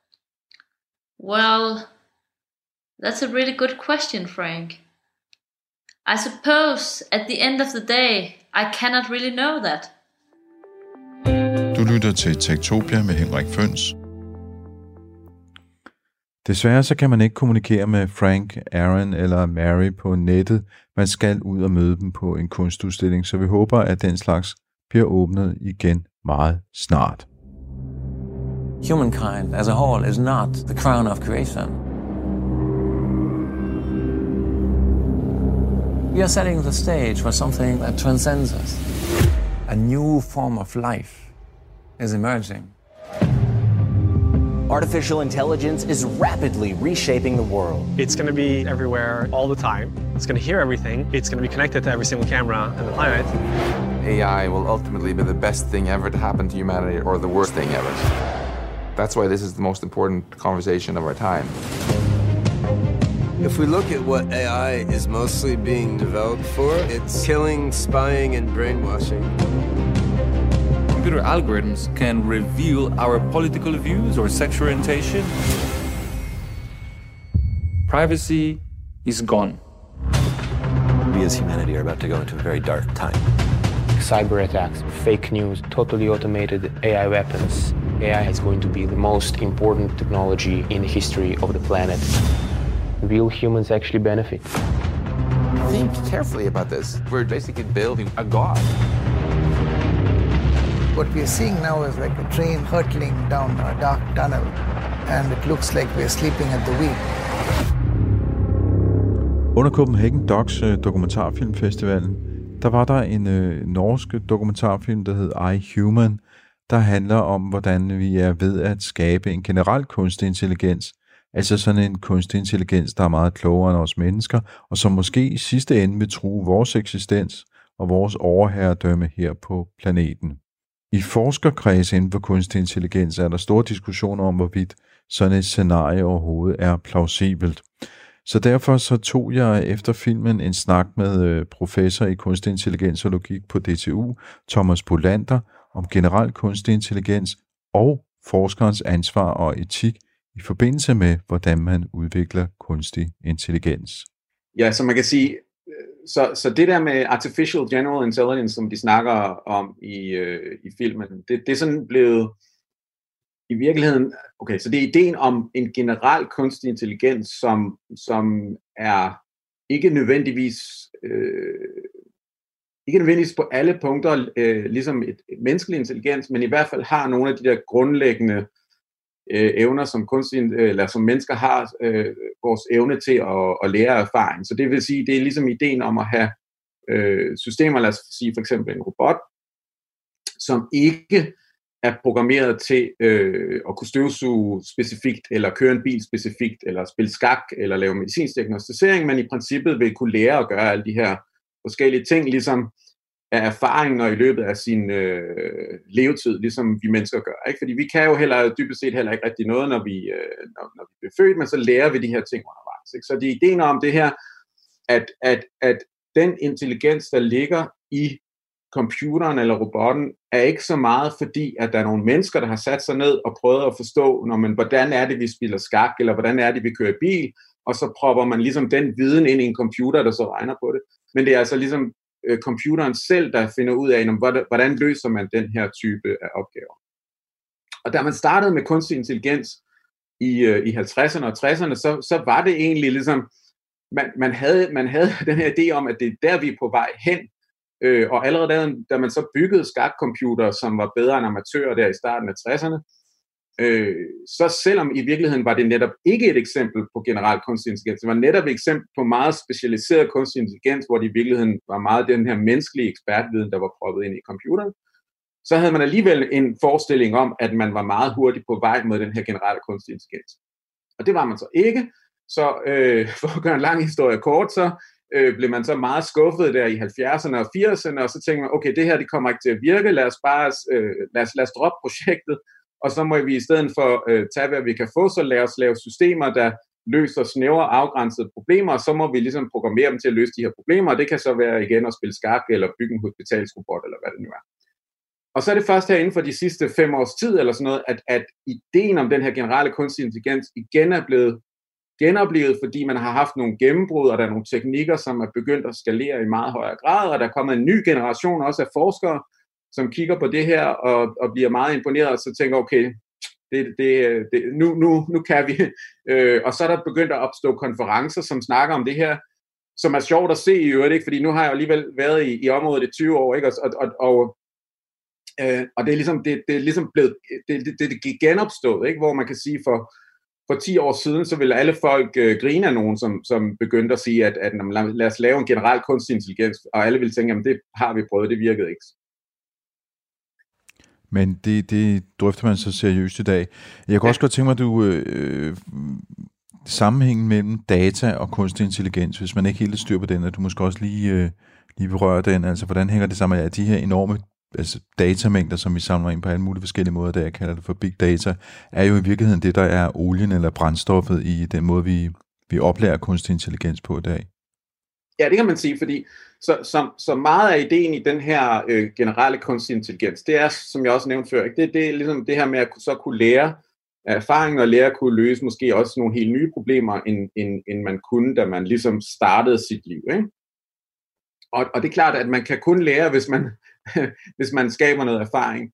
Well, that's a really good question, Frank. I suppose at the end of the day, I cannot really know that. Du lytter til Techtopia med Henrik Føns. Desværre så kan man ikke kommunikere med Frank, Aaron eller Mary på nettet. Man skal ud og møde dem på en kunstudstilling, så vi håber, at den slags bliver åbnet igen meget snart. Humankind as a whole is not the crown of creation. We are setting the stage for something that transcends us. A new form of life is emerging. Artificial intelligence is rapidly reshaping the world. It's going to be everywhere all the time. It's going to hear everything. It's going to be connected to every single camera on the planet. AI will ultimately be the best thing ever to happen to humanity or the worst thing ever. That's why this is the most important conversation of our time. If we look at what AI is mostly being developed for, it's killing, spying, and brainwashing. Computer algorithms can reveal our political views or sexual orientation. Privacy is gone. We as humanity are about to go into a very dark time. Cyber attacks, fake news, totally automated AI weapons. AI is going to be the most important technology in the history of the planet. Will humans actually benefit? Think carefully about this. We're basically building a god. What we are seeing now is like a train hurtling down a dark tunnel, and it looks like we are sleeping at the wheel. Under Copenhagen Docs dokumentarfilmfestivalen, der var der en norsk dokumentarfilm, der hed I, Human, der handler om, hvordan vi er ved at skabe en generel kunstig intelligens, altså sådan en kunstig intelligens, der er meget klogere end os mennesker, og som måske i sidste ende vil true vores eksistens og vores overherredømme her på planeten. I forskerkreds inden for kunstig intelligens er der store diskussioner om, hvorvidt sådan et scenarie overhovedet er plausibelt. Så derfor så tog jeg efter filmen en snak med professor i kunstig intelligens og logik på DTU, Thomas Bolander, om generel kunstig intelligens og forskerens ansvar og etik i forbindelse med, hvordan man udvikler kunstig intelligens. Ja, så man kan sige, så det der med artificial general intelligence, som de snakker om i filmen, det er sådan blevet i virkeligheden, okay, så det er ideen om en generel kunstig intelligens, som er ikke nødvendigvis på alle punkter ligesom et menneskelig intelligens, men i hvert fald har nogle af de der grundlæggende evner, som mennesker har, vores evne til at lære erfaring. Så det vil sige, det er ligesom ideen om at have systemer, lad os sige for eksempel en robot, som ikke er programmeret til at kunne støvsuge specifikt, eller køre en bil specifikt, eller spille skak, eller lave medicinsk diagnostisering, men i princippet vil kunne lære at gøre alle de her forskellige ting, ligesom af erfaringer i løbet af sin levetid, ligesom vi mennesker gør. Ikke? Fordi vi kan jo dybest set heller ikke rigtig noget, når vi bliver født, men så lærer vi de her ting undervejs. Ikke? Så det er ideen om det her, at den intelligens, der ligger i computeren eller robotten, er ikke så meget fordi, at der er nogle mennesker, der har sat sig ned og prøvet at forstå, hvordan er det, vi spiller skak, eller hvordan er det, vi kører bil, og så propper man ligesom den viden ind i en computer, der så regner på det. Men det er altså ligesom computeren selv, der finder ud af, hvordan løser man den her type af opgaver. Og da man startede med kunstig intelligens i 50'erne og 60'erne, så var det egentlig ligesom, man havde den her idé om, at det er der, vi er på vej hen. Og allerede da man så byggede skakcomputere, som var bedre end amatører der i starten af 60'erne, så selvom i virkeligheden var det netop ikke et eksempel på generel kunstig intelligens, det var netop et eksempel på meget specialiseret kunstig intelligens, hvor det i virkeligheden var meget den her menneskelige ekspertviden, der var proppet ind i computeren, så havde man alligevel en forestilling om, at man var meget hurtigt på vej mod den her generelle kunstig intelligens. Og det var man så ikke. Så for at gøre en lang historie kort, så blev man så meget skuffet der i 70'erne og 80'erne, og så tænkte man, okay, det her det kommer ikke til at virke, lad os droppe projektet, og så må vi i stedet for tage, hvad vi kan få, så lad os lave systemer, der løser snævre afgrænsede problemer, og så må vi ligesom programmere dem til at løse de her problemer, og det kan så være igen at spille skak, eller bygge en hospitalsrobot, eller hvad det nu er. Og så er det først her inden for de sidste 5 års tid, eller sådan noget, at ideen om den her generelle kunstig intelligens igen er blevet genoplevet, fordi man har haft nogle gennembrud, og der er nogle teknikker, som er begyndt at skalere i meget højere grad, og der er kommet en ny generation også af forskere, som kigger på det her og bliver meget imponeret, og så tænker, okay, nu kan vi. Og så er der begyndt at opstå konferencer, som snakker om det her, som er sjovt at se i øvrigt, ikke? Fordi nu har jeg alligevel været i området i 20 år, ikke? Og det er ligesom, det er ligesom blevet, det er genopstået, ikke? Hvor man kan sige, for 10 år siden, så ville alle folk grine af nogen, som begyndte at sige, at lad os lave en generel kunstig intelligens, og alle ville tænke, jamen det har vi prøvet, det virkede ikke. Men det drøfter man så seriøst i dag. Jeg kan også godt tænke mig, at du sammenhængen mellem data og kunstig intelligens, hvis man ikke helt styr på den, at du måske også lige berører den, altså hvordan hænger det sammen med de her enorme datamængder, som vi samler ind på alle mulige forskellige måder, der jeg kalder det for big data, er jo i virkeligheden det, der er olien eller brændstoffet i den måde, vi oplærer kunstig intelligens på i dag. Ja, det kan man sige, fordi så meget af ideen i den her generelle kunstig intelligens, det er, som jeg også nævnte før, ikke? Det er ligesom det her med at så kunne lære erfaring og lære at kunne løse måske også nogle helt nye problemer, end man kunne, da man ligesom startede sit liv. Ikke? Og det er klart, at man kan kun lære, hvis man skaber noget erfaring.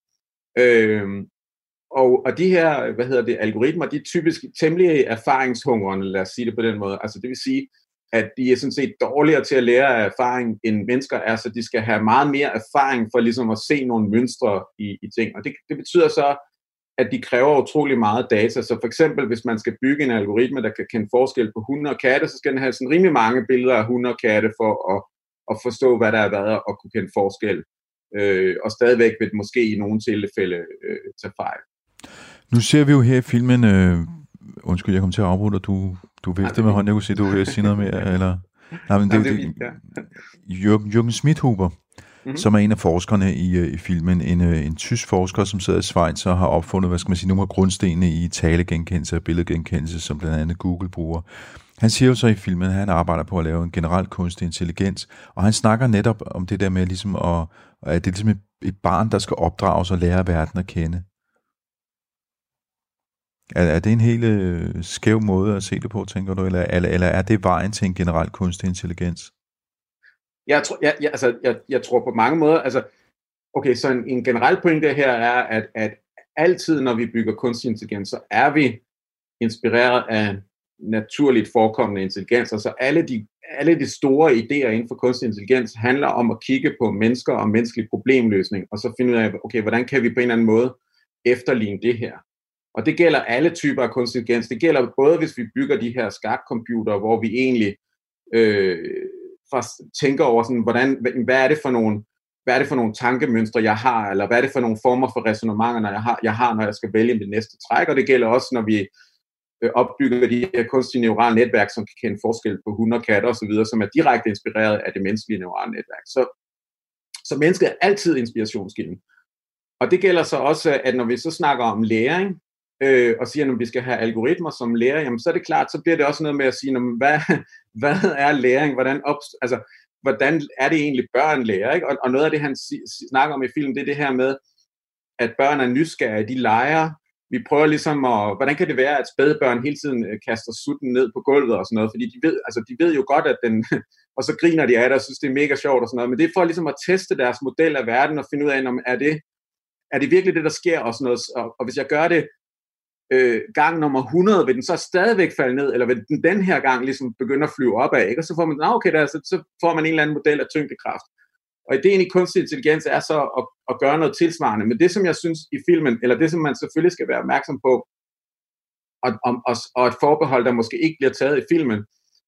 Og de her, algoritmer, de er typisk temmelig erfaringshungrende, lad os sige det på den måde. Altså det vil sige, at de er sådan set dårligere til at lære af erfaring, end mennesker er, så de skal have meget mere erfaring for ligesom at se nogle mønstre i ting. Og det betyder så, at de kræver utrolig meget data. Så for eksempel, hvis man skal bygge en algoritme, der kan kende forskel på hunde og katte, så skal den have sådan rimelig mange billeder af hunde og katte for at forstå, hvad der er været, og kunne kende forskel. Og stadigvæk vil det måske i nogle tilfælde tage fejl. Nu ser vi jo her i filmen, undskyld, jeg kom til at afbryde dig, du viftede med hånden, jeg kunne sige, du vil sige noget mere, eller? Nej, men Jürgen Schmidhuber, som er en af forskerne i filmen. En tysk forsker, som sidder i Schweiz og har opfundet, nogle af grundstenene i talegenkendelse og billedgenkendelse, som blandt andet Google bruger. Han siger jo så i filmen, at han arbejder på at lave en generel kunstig intelligens, og han snakker netop om det der med ligesom at det er ligesom et barn, der skal opdrages og lære verden at kende. Er det en helt skæv måde at se det på, tænker du, eller er det vejen til en generel kunstig intelligens? Jeg tror på mange måder, altså, okay, så en generel pointe her er, at altid, når vi bygger kunstig intelligens, så er vi inspireret af naturligt forekommende intelligenser, så alle de store idéer inden for kunstig intelligens handler om at kigge på mennesker og menneskelig problemløsning, og så finde ud af, okay, hvordan kan vi på en eller anden måde efterligne det her? Og det gælder alle typer af kunstig intelligens. Det gælder både, hvis vi bygger de her skakcomputere, hvor vi egentlig tænker over sådan, hvad er det for nogle tankemønstre, jeg har, eller hvad er det for nogle former for ræsonnementer, jeg har, når jeg skal vælge det næste træk, og det gælder også, når vi opbygger de her kunstige neurale netværk, som kan kende forskel på hunde og katter osv., som er direkte inspireret af det menneskelige neurale netværk. Så mennesket er altid inspirationskilden. Og det gælder så også, at når vi så snakker om læring, og siger, at vi skal have algoritmer som lærer, jamen, så er det klart, så bliver det også noget med at sige, hvad er læring, hvordan er det egentlig børn lærer, ikke? Og noget af det, han snakker om i filmen, det er det her med, at børn er nysgerrige, de leger. Vi prøver ligesom hvordan kan det være, at spædbørn hele tiden kaster sutten ned på gulvet og sådan noget, fordi de ved jo godt, at og så griner de af det og synes, det er mega sjovt og sådan noget, men det er for ligesom at teste deres model af verden og finde ud af, er det virkelig det, der sker og sådan noget, og hvis jeg gør det gang nummer 100, vil den så stadigvæk falde ned, eller vil den her gang ligesom begynde at flyve opad, ikke? Og så får man, så får man en eller anden model af tyngdekraft. Og ideen i kunstig intelligens er så at gøre noget tilsvarende. Men det, som jeg synes i filmen, eller det, som man selvfølgelig skal være opmærksom på, og et forbehold, der måske ikke bliver taget i filmen,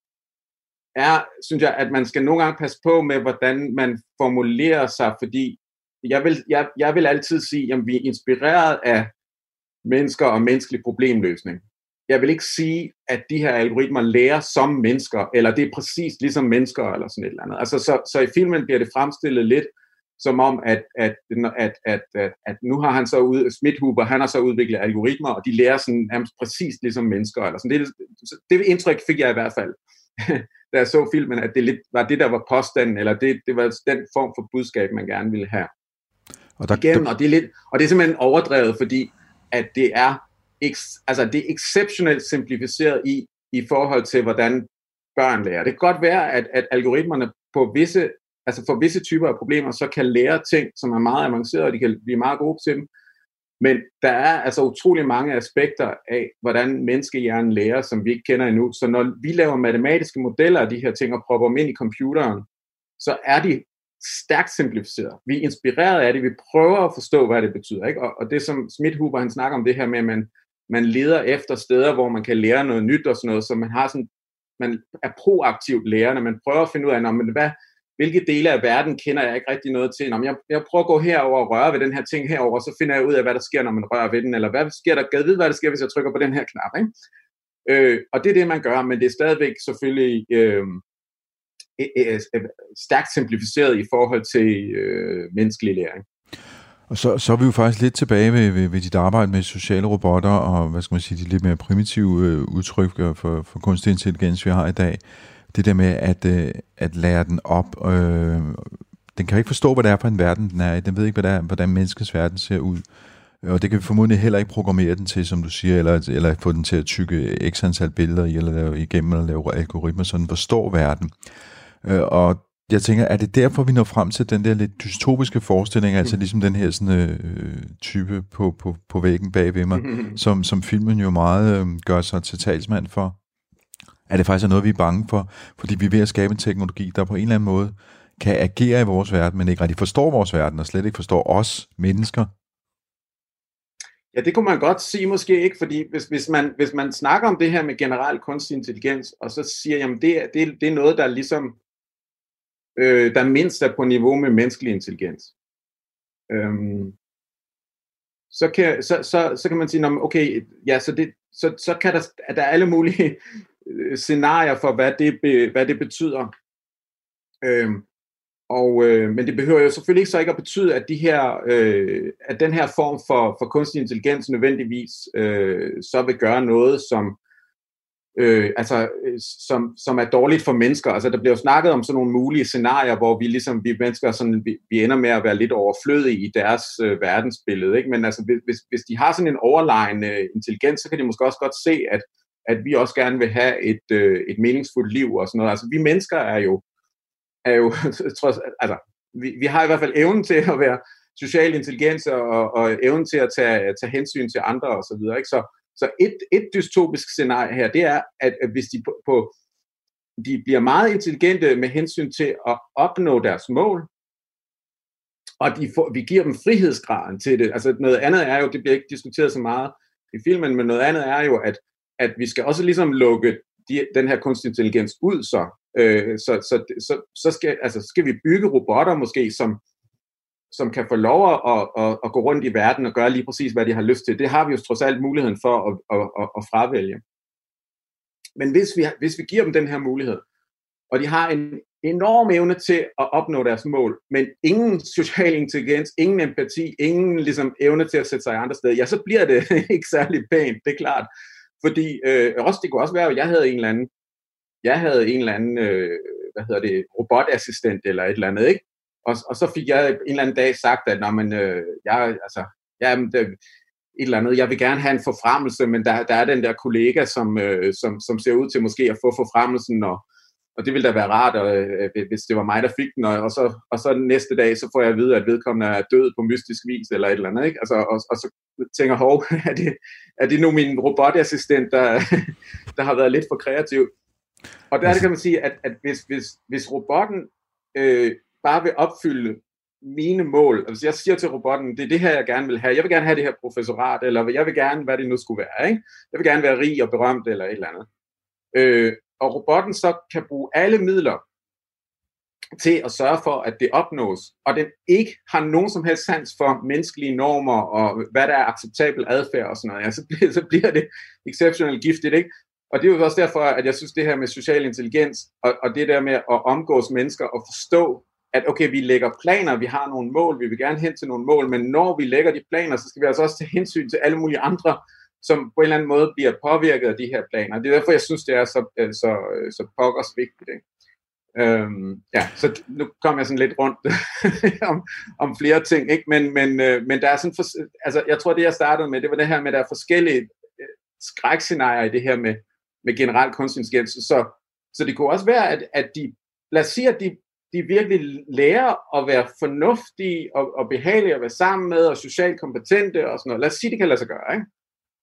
er, synes jeg, at man skal nogle gange passe på med, hvordan man formulerer sig, fordi jeg vil altid sige, at vi er inspireret af mennesker og menneskelig problemløsning. Jeg vil ikke sige, at de her algoritmer lærer som mennesker, eller det er præcis ligesom mennesker, eller sådan et eller andet. Altså, så i filmen bliver det fremstillet lidt, som om, at nu har han så Schmidhuber, han har så udviklet algoritmer, og de lærer sådan nærmest præcis ligesom mennesker, eller sådan. Det indtryk fik jeg i hvert fald, da jeg så filmen, at det var det, der var påstanden, eller det var den form for budskab, man gerne ville have. Og det er simpelthen overdrevet, fordi at det er exceptionelt simplificeret i forhold til, hvordan børn lærer. Det kan godt være, at algoritmerne for visse typer af problemer, så kan lære ting, som er meget avancerede, og de kan blive meget gode til dem. Men der er altså utrolig mange aspekter af, hvordan menneskehjernen lærer, som vi ikke kender endnu. Så når vi laver matematiske modeller af de her ting og propper dem ind i computeren, så er de stærkt simplificeret. Vi er inspireret af det, vi prøver at forstå, hvad det betyder, ikke? Og det som Schmidhuber, han snakker om det her med, at man leder efter steder, hvor man kan lære noget nyt og sådan noget, så man er proaktivt lærende, man prøver at finde ud af, hvilke dele af verden kender jeg ikke rigtig noget til. Jeg prøver at gå herover og røre ved den her ting herover, så finder jeg ud af, hvad der sker, når man rører ved den, eller hvad sker der, gad vide, hvad der sker, hvis jeg trykker på den her knap, ikke? Og det er det, man gør, men det er stadigvæk selvfølgelig stærkt simplificeret i forhold til menneskelig læring. Og så er vi jo faktisk lidt tilbage ved dit arbejde med sociale robotter og, de lidt mere primitive udtryk for kunstig intelligens, vi har i dag. Det der med at lære den op. Den kan ikke forstå, hvad det er for en verden, den er i. Den ved ikke, hvordan menneskets verden ser ud. Og det kan vi formodentlig heller ikke programmere den til, som du siger, eller få den til at tykke x antal billeder i, eller lave igennem, eller lave algoritmer, så den forstår verden. Og jeg tænker, er det derfor, vi når frem til den der lidt dystopiske forestilling, altså ligesom den her sådan, type på væggen bag ved mig, som filmen jo meget gør sig til talsmand for? Er det faktisk noget, vi er bange for? Fordi vi er ved at skabe en teknologi, der på en eller anden måde kan agere i vores verden, men ikke rigtig forstår vores verden, og slet ikke forstår os mennesker. Ja, det kunne man godt sige måske ikke, fordi hvis man snakker om det her med generel kunstig intelligens, og så siger, jamen det er noget, der ligesom der mindst er på niveau med menneskelig intelligens. Så kan man sige, okay, ja, så kan der er alle mulige scenarier for, hvad det betyder. Men det behøver jo selvfølgelig ikke så ikke at betyde, at at den her form for kunstig intelligens nødvendigvis så vil gøre noget, som er dårligt for mennesker. Altså, der bliver jo snakket om sådan nogle mulige scenarier, hvor vi mennesker sådan, vi ender med at være lidt overflødige i deres verdensbillede, ikke? Men altså, hvis de har sådan en overlegen intelligens, så kan de måske også godt se, at vi også gerne vil have et meningsfuldt liv og sådan noget. Altså, vi mennesker er jo trods, altså, vi har i hvert fald evnen til at være social intelligens og evnen til at tage hensyn til andre og så videre, ikke? Så et dystopisk scenarie her, det er, at hvis de bliver meget intelligente med hensyn til at opnå deres mål, og vi giver dem frihedsgraden til det. Altså noget andet er jo, det bliver ikke diskuteret så meget i filmen, men noget andet er jo, at vi skal også ligesom lukke den her kunstig intelligens ud, så skal vi bygge robotter måske, som kan få lov at gå rundt i verden og gøre lige præcis, hvad de har lyst til. Det har vi jo trods alt muligheden for at fravælge. Men hvis vi giver dem den her mulighed, og de har en enorm evne til at opnå deres mål, men ingen social intelligens, ingen empati, ingen ligesom evne til at sætte sig i andre steder, ja, så bliver det ikke særlig pænt, det er klart. Fordi det kunne også være, at jeg havde en eller anden robotassistent eller et eller andet, ikke? Og så fik jeg en eller anden dag sagt, at jeg vil gerne have en forfremmelse, men der er den der kollega, som ser ud til måske at få forfremmelsen, og det ville da være rart, hvis det var mig, der fik den, og så den næste dag, så får jeg at vide, at vedkommende er død på mystisk vis, eller et eller andet, ikke? Altså, og så tænker jeg, er det nu min robotassistent, der har været lidt for kreativ? Og der kan man sige, at hvis robotten bare vil opfylde mine mål, altså jeg siger til robotten, det er det her, jeg gerne vil have. Jeg vil gerne have det her professorat, eller jeg vil gerne, hvad det nu skulle være, ikke? Jeg vil gerne være rig og berømt, eller et eller andet. Og robotten så kan bruge alle midler til at sørge for, at det opnås, og den ikke har nogen som helst sans for menneskelige normer, og hvad der er acceptabel adfærd og sådan noget, ja, så bliver det exceptionelt giftigt, ikke? Og det er jo også derfor, at jeg synes, det her med social intelligens, og det der med at omgås mennesker og forstå, at okay, vi lægger planer, vi har nogle mål, vi vil gerne hen til nogle mål, men når vi lægger de planer, så skal vi altså også tage hensyn til alle mulige andre, som på en eller anden måde bliver påvirket af de her planer. Det er derfor, jeg synes, det er så pokkers vigtigt, ikke? Så nu kommer jeg sådan lidt rundt om flere ting, ikke? Men der er sådan, altså jeg tror, det jeg startede med, det var det her med, at der er forskellige skrækscenarier i det her med generel kunstig intelligens. Så det kunne også være, at lad os sige, at de virkelig lærer at være fornuftige og behagelige at være sammen med, og socialt kompetente og sådan noget. Lad os sige, det kan lade sig gøre, ikke?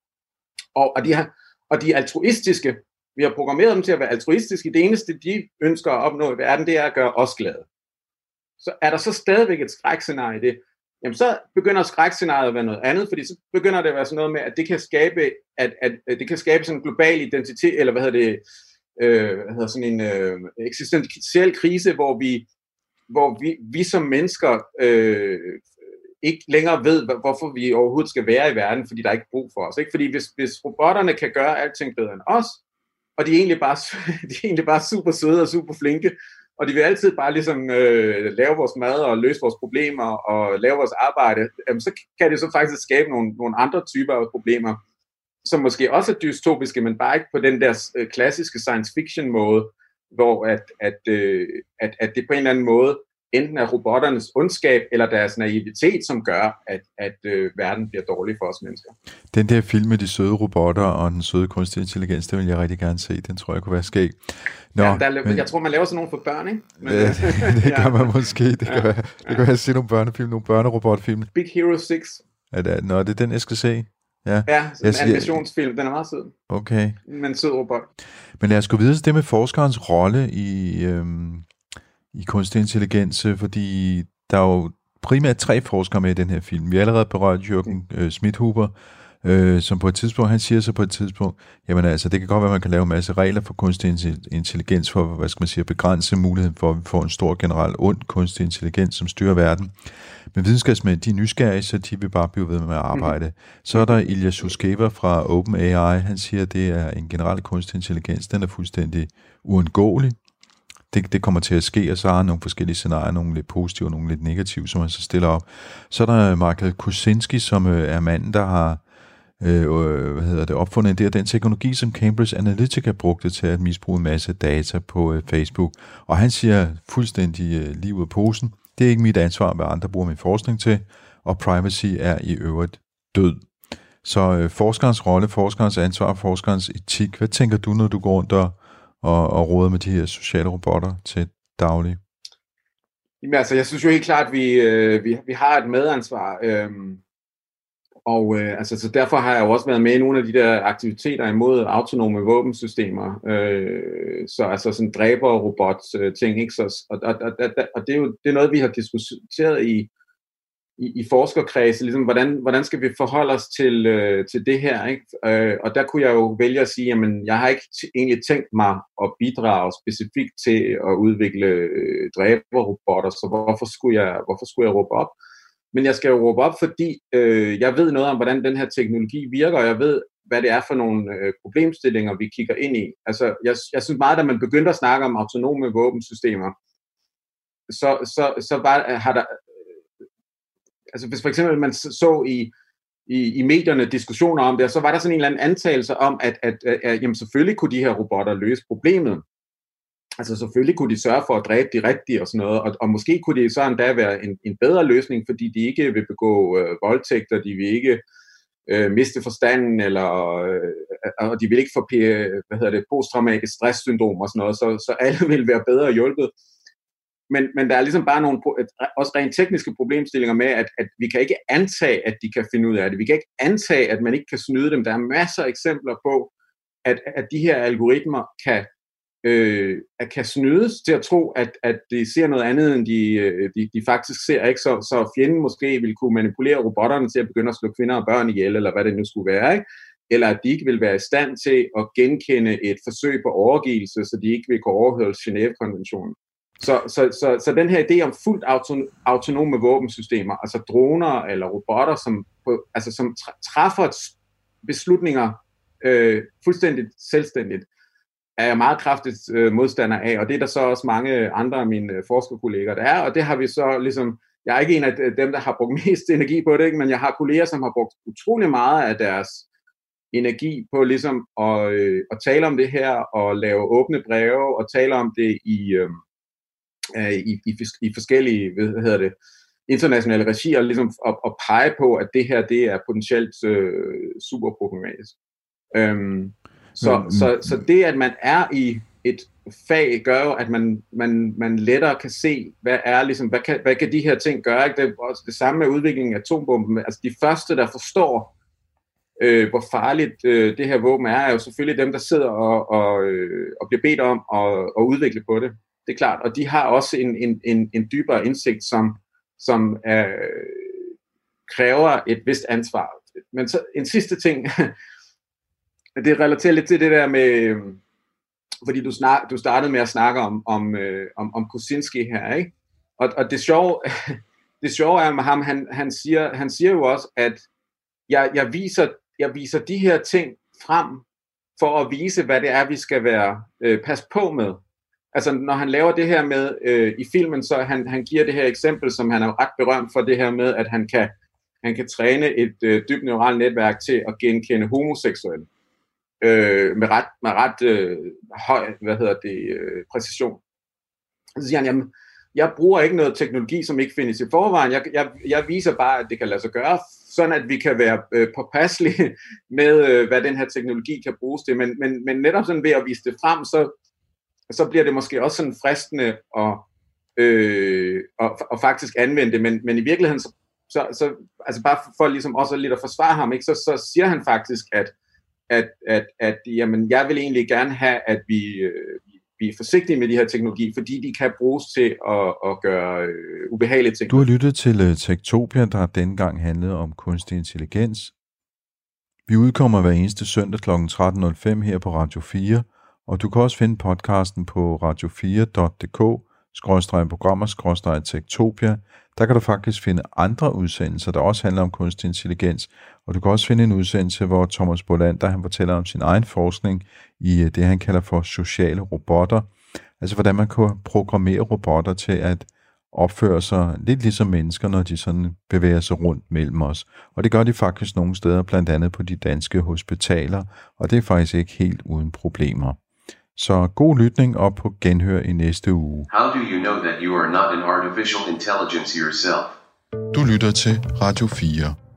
Og de altruistiske, vi har programmeret dem til at være altruistiske. Det eneste, de ønsker at opnå i verden, det er at gøre os glade. Så er der så stadigvæk et skrækscenarie i det, jamen så begynder skrækscenariet at være noget andet, fordi så begynder det at være sådan noget med, at det kan skabe, at det kan skabe sådan en global identitet, eller sådan en eksistentiel krise, hvor vi som mennesker ikke længere ved, hvorfor vi overhovedet skal være i verden, fordi der er ikke brug for os, ikke? Fordi hvis robotterne kan gøre alting bedre end os, og de er egentlig bare super søde og super flinke, og de vil altid bare ligesom lave vores mad og løse vores problemer og lave vores arbejde, så kan det så faktisk skabe nogle andre typer af problemer, som måske også er dystopiske, men bare ikke på den der klassiske science fiction måde, hvor at det på en eller anden måde enten er robotternes ondskab eller deres naivitet, som gør, at verden bliver dårlig for os mennesker. Den der film med de søde robotter og den søde kunstig intelligens, det vil jeg rigtig gerne se. Den tror jeg kunne være skæg. Nå, jeg tror, man laver sådan nogle for børn, ikke? Men, det kan man måske. Det kan være at se nogle børnefilm, nogle børnerobotfilm. Big Hero 6. Det er den, jeg skal se. Ja, en animationsfilm, den er meget sød. Okay. Men sød robot. Men lad os gå videre til det med forskerens rolle i kunstig intelligens, fordi der er jo primært 3 forskere med i den her film. Vi har allerede berørt Jürgen Schmidhuber, som på et tidspunkt, han siger så på et tidspunkt, jamen altså, det kan godt være, at man kan lave en masse regler for kunstig intelligens for, hvad skal man sige, at begrænse muligheden for, at vi får en stor generel ond kunstig intelligens, som styrer verden. Men videnskabsmænd, de er nysgerrige, så de vil bare blive ved med at arbejde. Så er der Ilya Sutskever fra OpenAI, han siger, at det er en generel kunstig intelligens, den er fuldstændig uundgåelig. det kommer til at ske, og så har nogle forskellige scenarier, nogle lidt positive og nogle lidt negative, som man så stiller op. Så er der Michael Kosinski, som er manden, der har opfundet den teknologi, som Cambridge Analytica brugte til at misbruge en masse data på Facebook. Og han siger fuldstændig lige ud af posen, det er ikke mit ansvar, hvad andre bruger min forskning til, og privacy er i øvrigt død. Så forskerens rolle, forskerens ansvar, forskerens etik, hvad tænker du, når du går rundt og råder med de her sociale robotter til daglig? Jamen altså, jeg synes jo helt klart, at vi har et medansvar. Så derfor har jeg jo også været med i nogle af de der aktiviteter imod autonome våbensystemer. Så altså sådan dræber-robot-ting, ikke? Og det er jo det er noget, vi har diskuteret i forskerkredse, ligesom hvordan skal vi forholde os til det her, ikke? Og der kunne jeg jo vælge at sige, jamen jeg har ikke egentlig tænkt mig at bidrage specifikt til at udvikle dræberrobotter, så hvorfor skulle jeg råbe op? Men jeg skal jo råbe op, fordi jeg ved noget om, hvordan den her teknologi virker, og jeg ved, hvad det er for nogle problemstillinger, vi kigger ind i. Altså, jeg synes meget, da man begyndte at snakke om autonome våbensystemer, så har der... Altså, hvis for eksempel man så i medierne diskussioner om det, så var der sådan en eller anden antagelse om, at jamen, selvfølgelig kunne de her robotter løse problemet. Altså selvfølgelig kunne de sørge for at dræbe de rigtige og sådan noget, og måske kunne det så endda være en bedre løsning, fordi de ikke vil begå voldtægter, de vil ikke miste forstanden, og de vil ikke få posttraumatisk stresssyndrom og sådan noget, så alle vil være bedre hjulpet. Men der er ligesom bare nogle også rent tekniske problemstillinger med, at vi kan ikke antage, at de kan finde ud af det. Vi kan ikke antage, at man ikke kan snyde dem. Der er masser af eksempler på, at de her algoritmer kan snydes til at tro, at de ser noget andet, end de faktisk ser. Ikke? Så fjenden måske vil kunne manipulere robotterne til at begynde at slå kvinder og børn ihjel, eller hvad det nu skulle være. Ikke? Eller at de ikke vil være i stand til at genkende et forsøg på overgivelse, så de ikke vil kunne overholde Genève-konventionen. Så den her idé om fuldt autonome våbensystemer, altså droner eller robotter, som træffer beslutninger fuldstændigt selvstændigt, er jeg meget kraftigt modstander af, og det er der så også mange andre af mine forskerkolleger, der er, og det har vi så ligesom, jeg er ikke en af dem, der har brugt mest energi på det, ikke? Men jeg har kolleger, som har brugt utrolig meget af deres energi på ligesom at tale om det her, og lave åbne breve, og tale om det i forskellige, internationale regier, ligesom at pege på, at det her, det er potentielt super problematisk. Så det, at man er i et fag, gør jo, at man lettere kan se, hvad kan de her ting gøre. Ikke? Det er også det samme med udviklingen af atombomben. Altså de første, der forstår, hvor farligt det her våben er jo selvfølgelig dem, der sidder og bliver bedt om at udvikle på det. Det er klart, og de har også en dybere indsigt, som kræver et vist ansvar. Men så en sidste ting, det relaterer lidt til det der med, fordi du startede med at snakke om Kosinski her, ikke? Og det sjove er med ham, han siger jo også, at jeg viser de her ting frem for at vise, hvad det er, vi skal være pas på med. Altså, når han laver det her med i filmen, så han giver det her eksempel, som han er ret berømt for, det her med, at han kan træne et dybt neuralt netværk til at genkende homoseksuelle med ret høj, præcision. Så siger han, jamen, jeg bruger ikke noget teknologi, som ikke findes i forvejen. Jeg viser bare, at det kan lade sig gøre, sådan at vi kan være påpasselige med, hvad den her teknologi kan bruges til. Men netop sådan ved at vise det frem, så bliver det måske også sådan fristende at faktisk anvende det, men i virkeligheden, så altså bare for ligesom også lidt at forsvare ham, ikke, så siger han faktisk, at jamen, jeg vil egentlig gerne have, at vi er forsigtige med de her teknologi, fordi de kan bruges til at gøre ubehagelige ting. Du har lyttet til Techtopia, der denne gang handlede om kunstig intelligens. Vi udkommer hver eneste søndag kl. 13.05 her på Radio 4, og du kan også finde podcasten på radio4.dk/programmer/Techtopia. Der kan du faktisk finde andre udsendelser, der også handler om kunstig intelligens, og du kan også finde en udsendelse, hvor Thomas Bolander, han fortæller om sin egen forskning i det, han kalder for sociale robotter. Altså hvordan man kan programmere robotter til at opføre sig lidt ligesom mennesker, når de sådan bevæger sig rundt mellem os. Og det gør de faktisk nogle steder, blandt andet på de danske hospitaler, og det er faktisk ikke helt uden problemer. Så god lytning og på genhør i næste uge. How do you know that you are not an artificial intelligence yourself? Du lytter til Radio 4.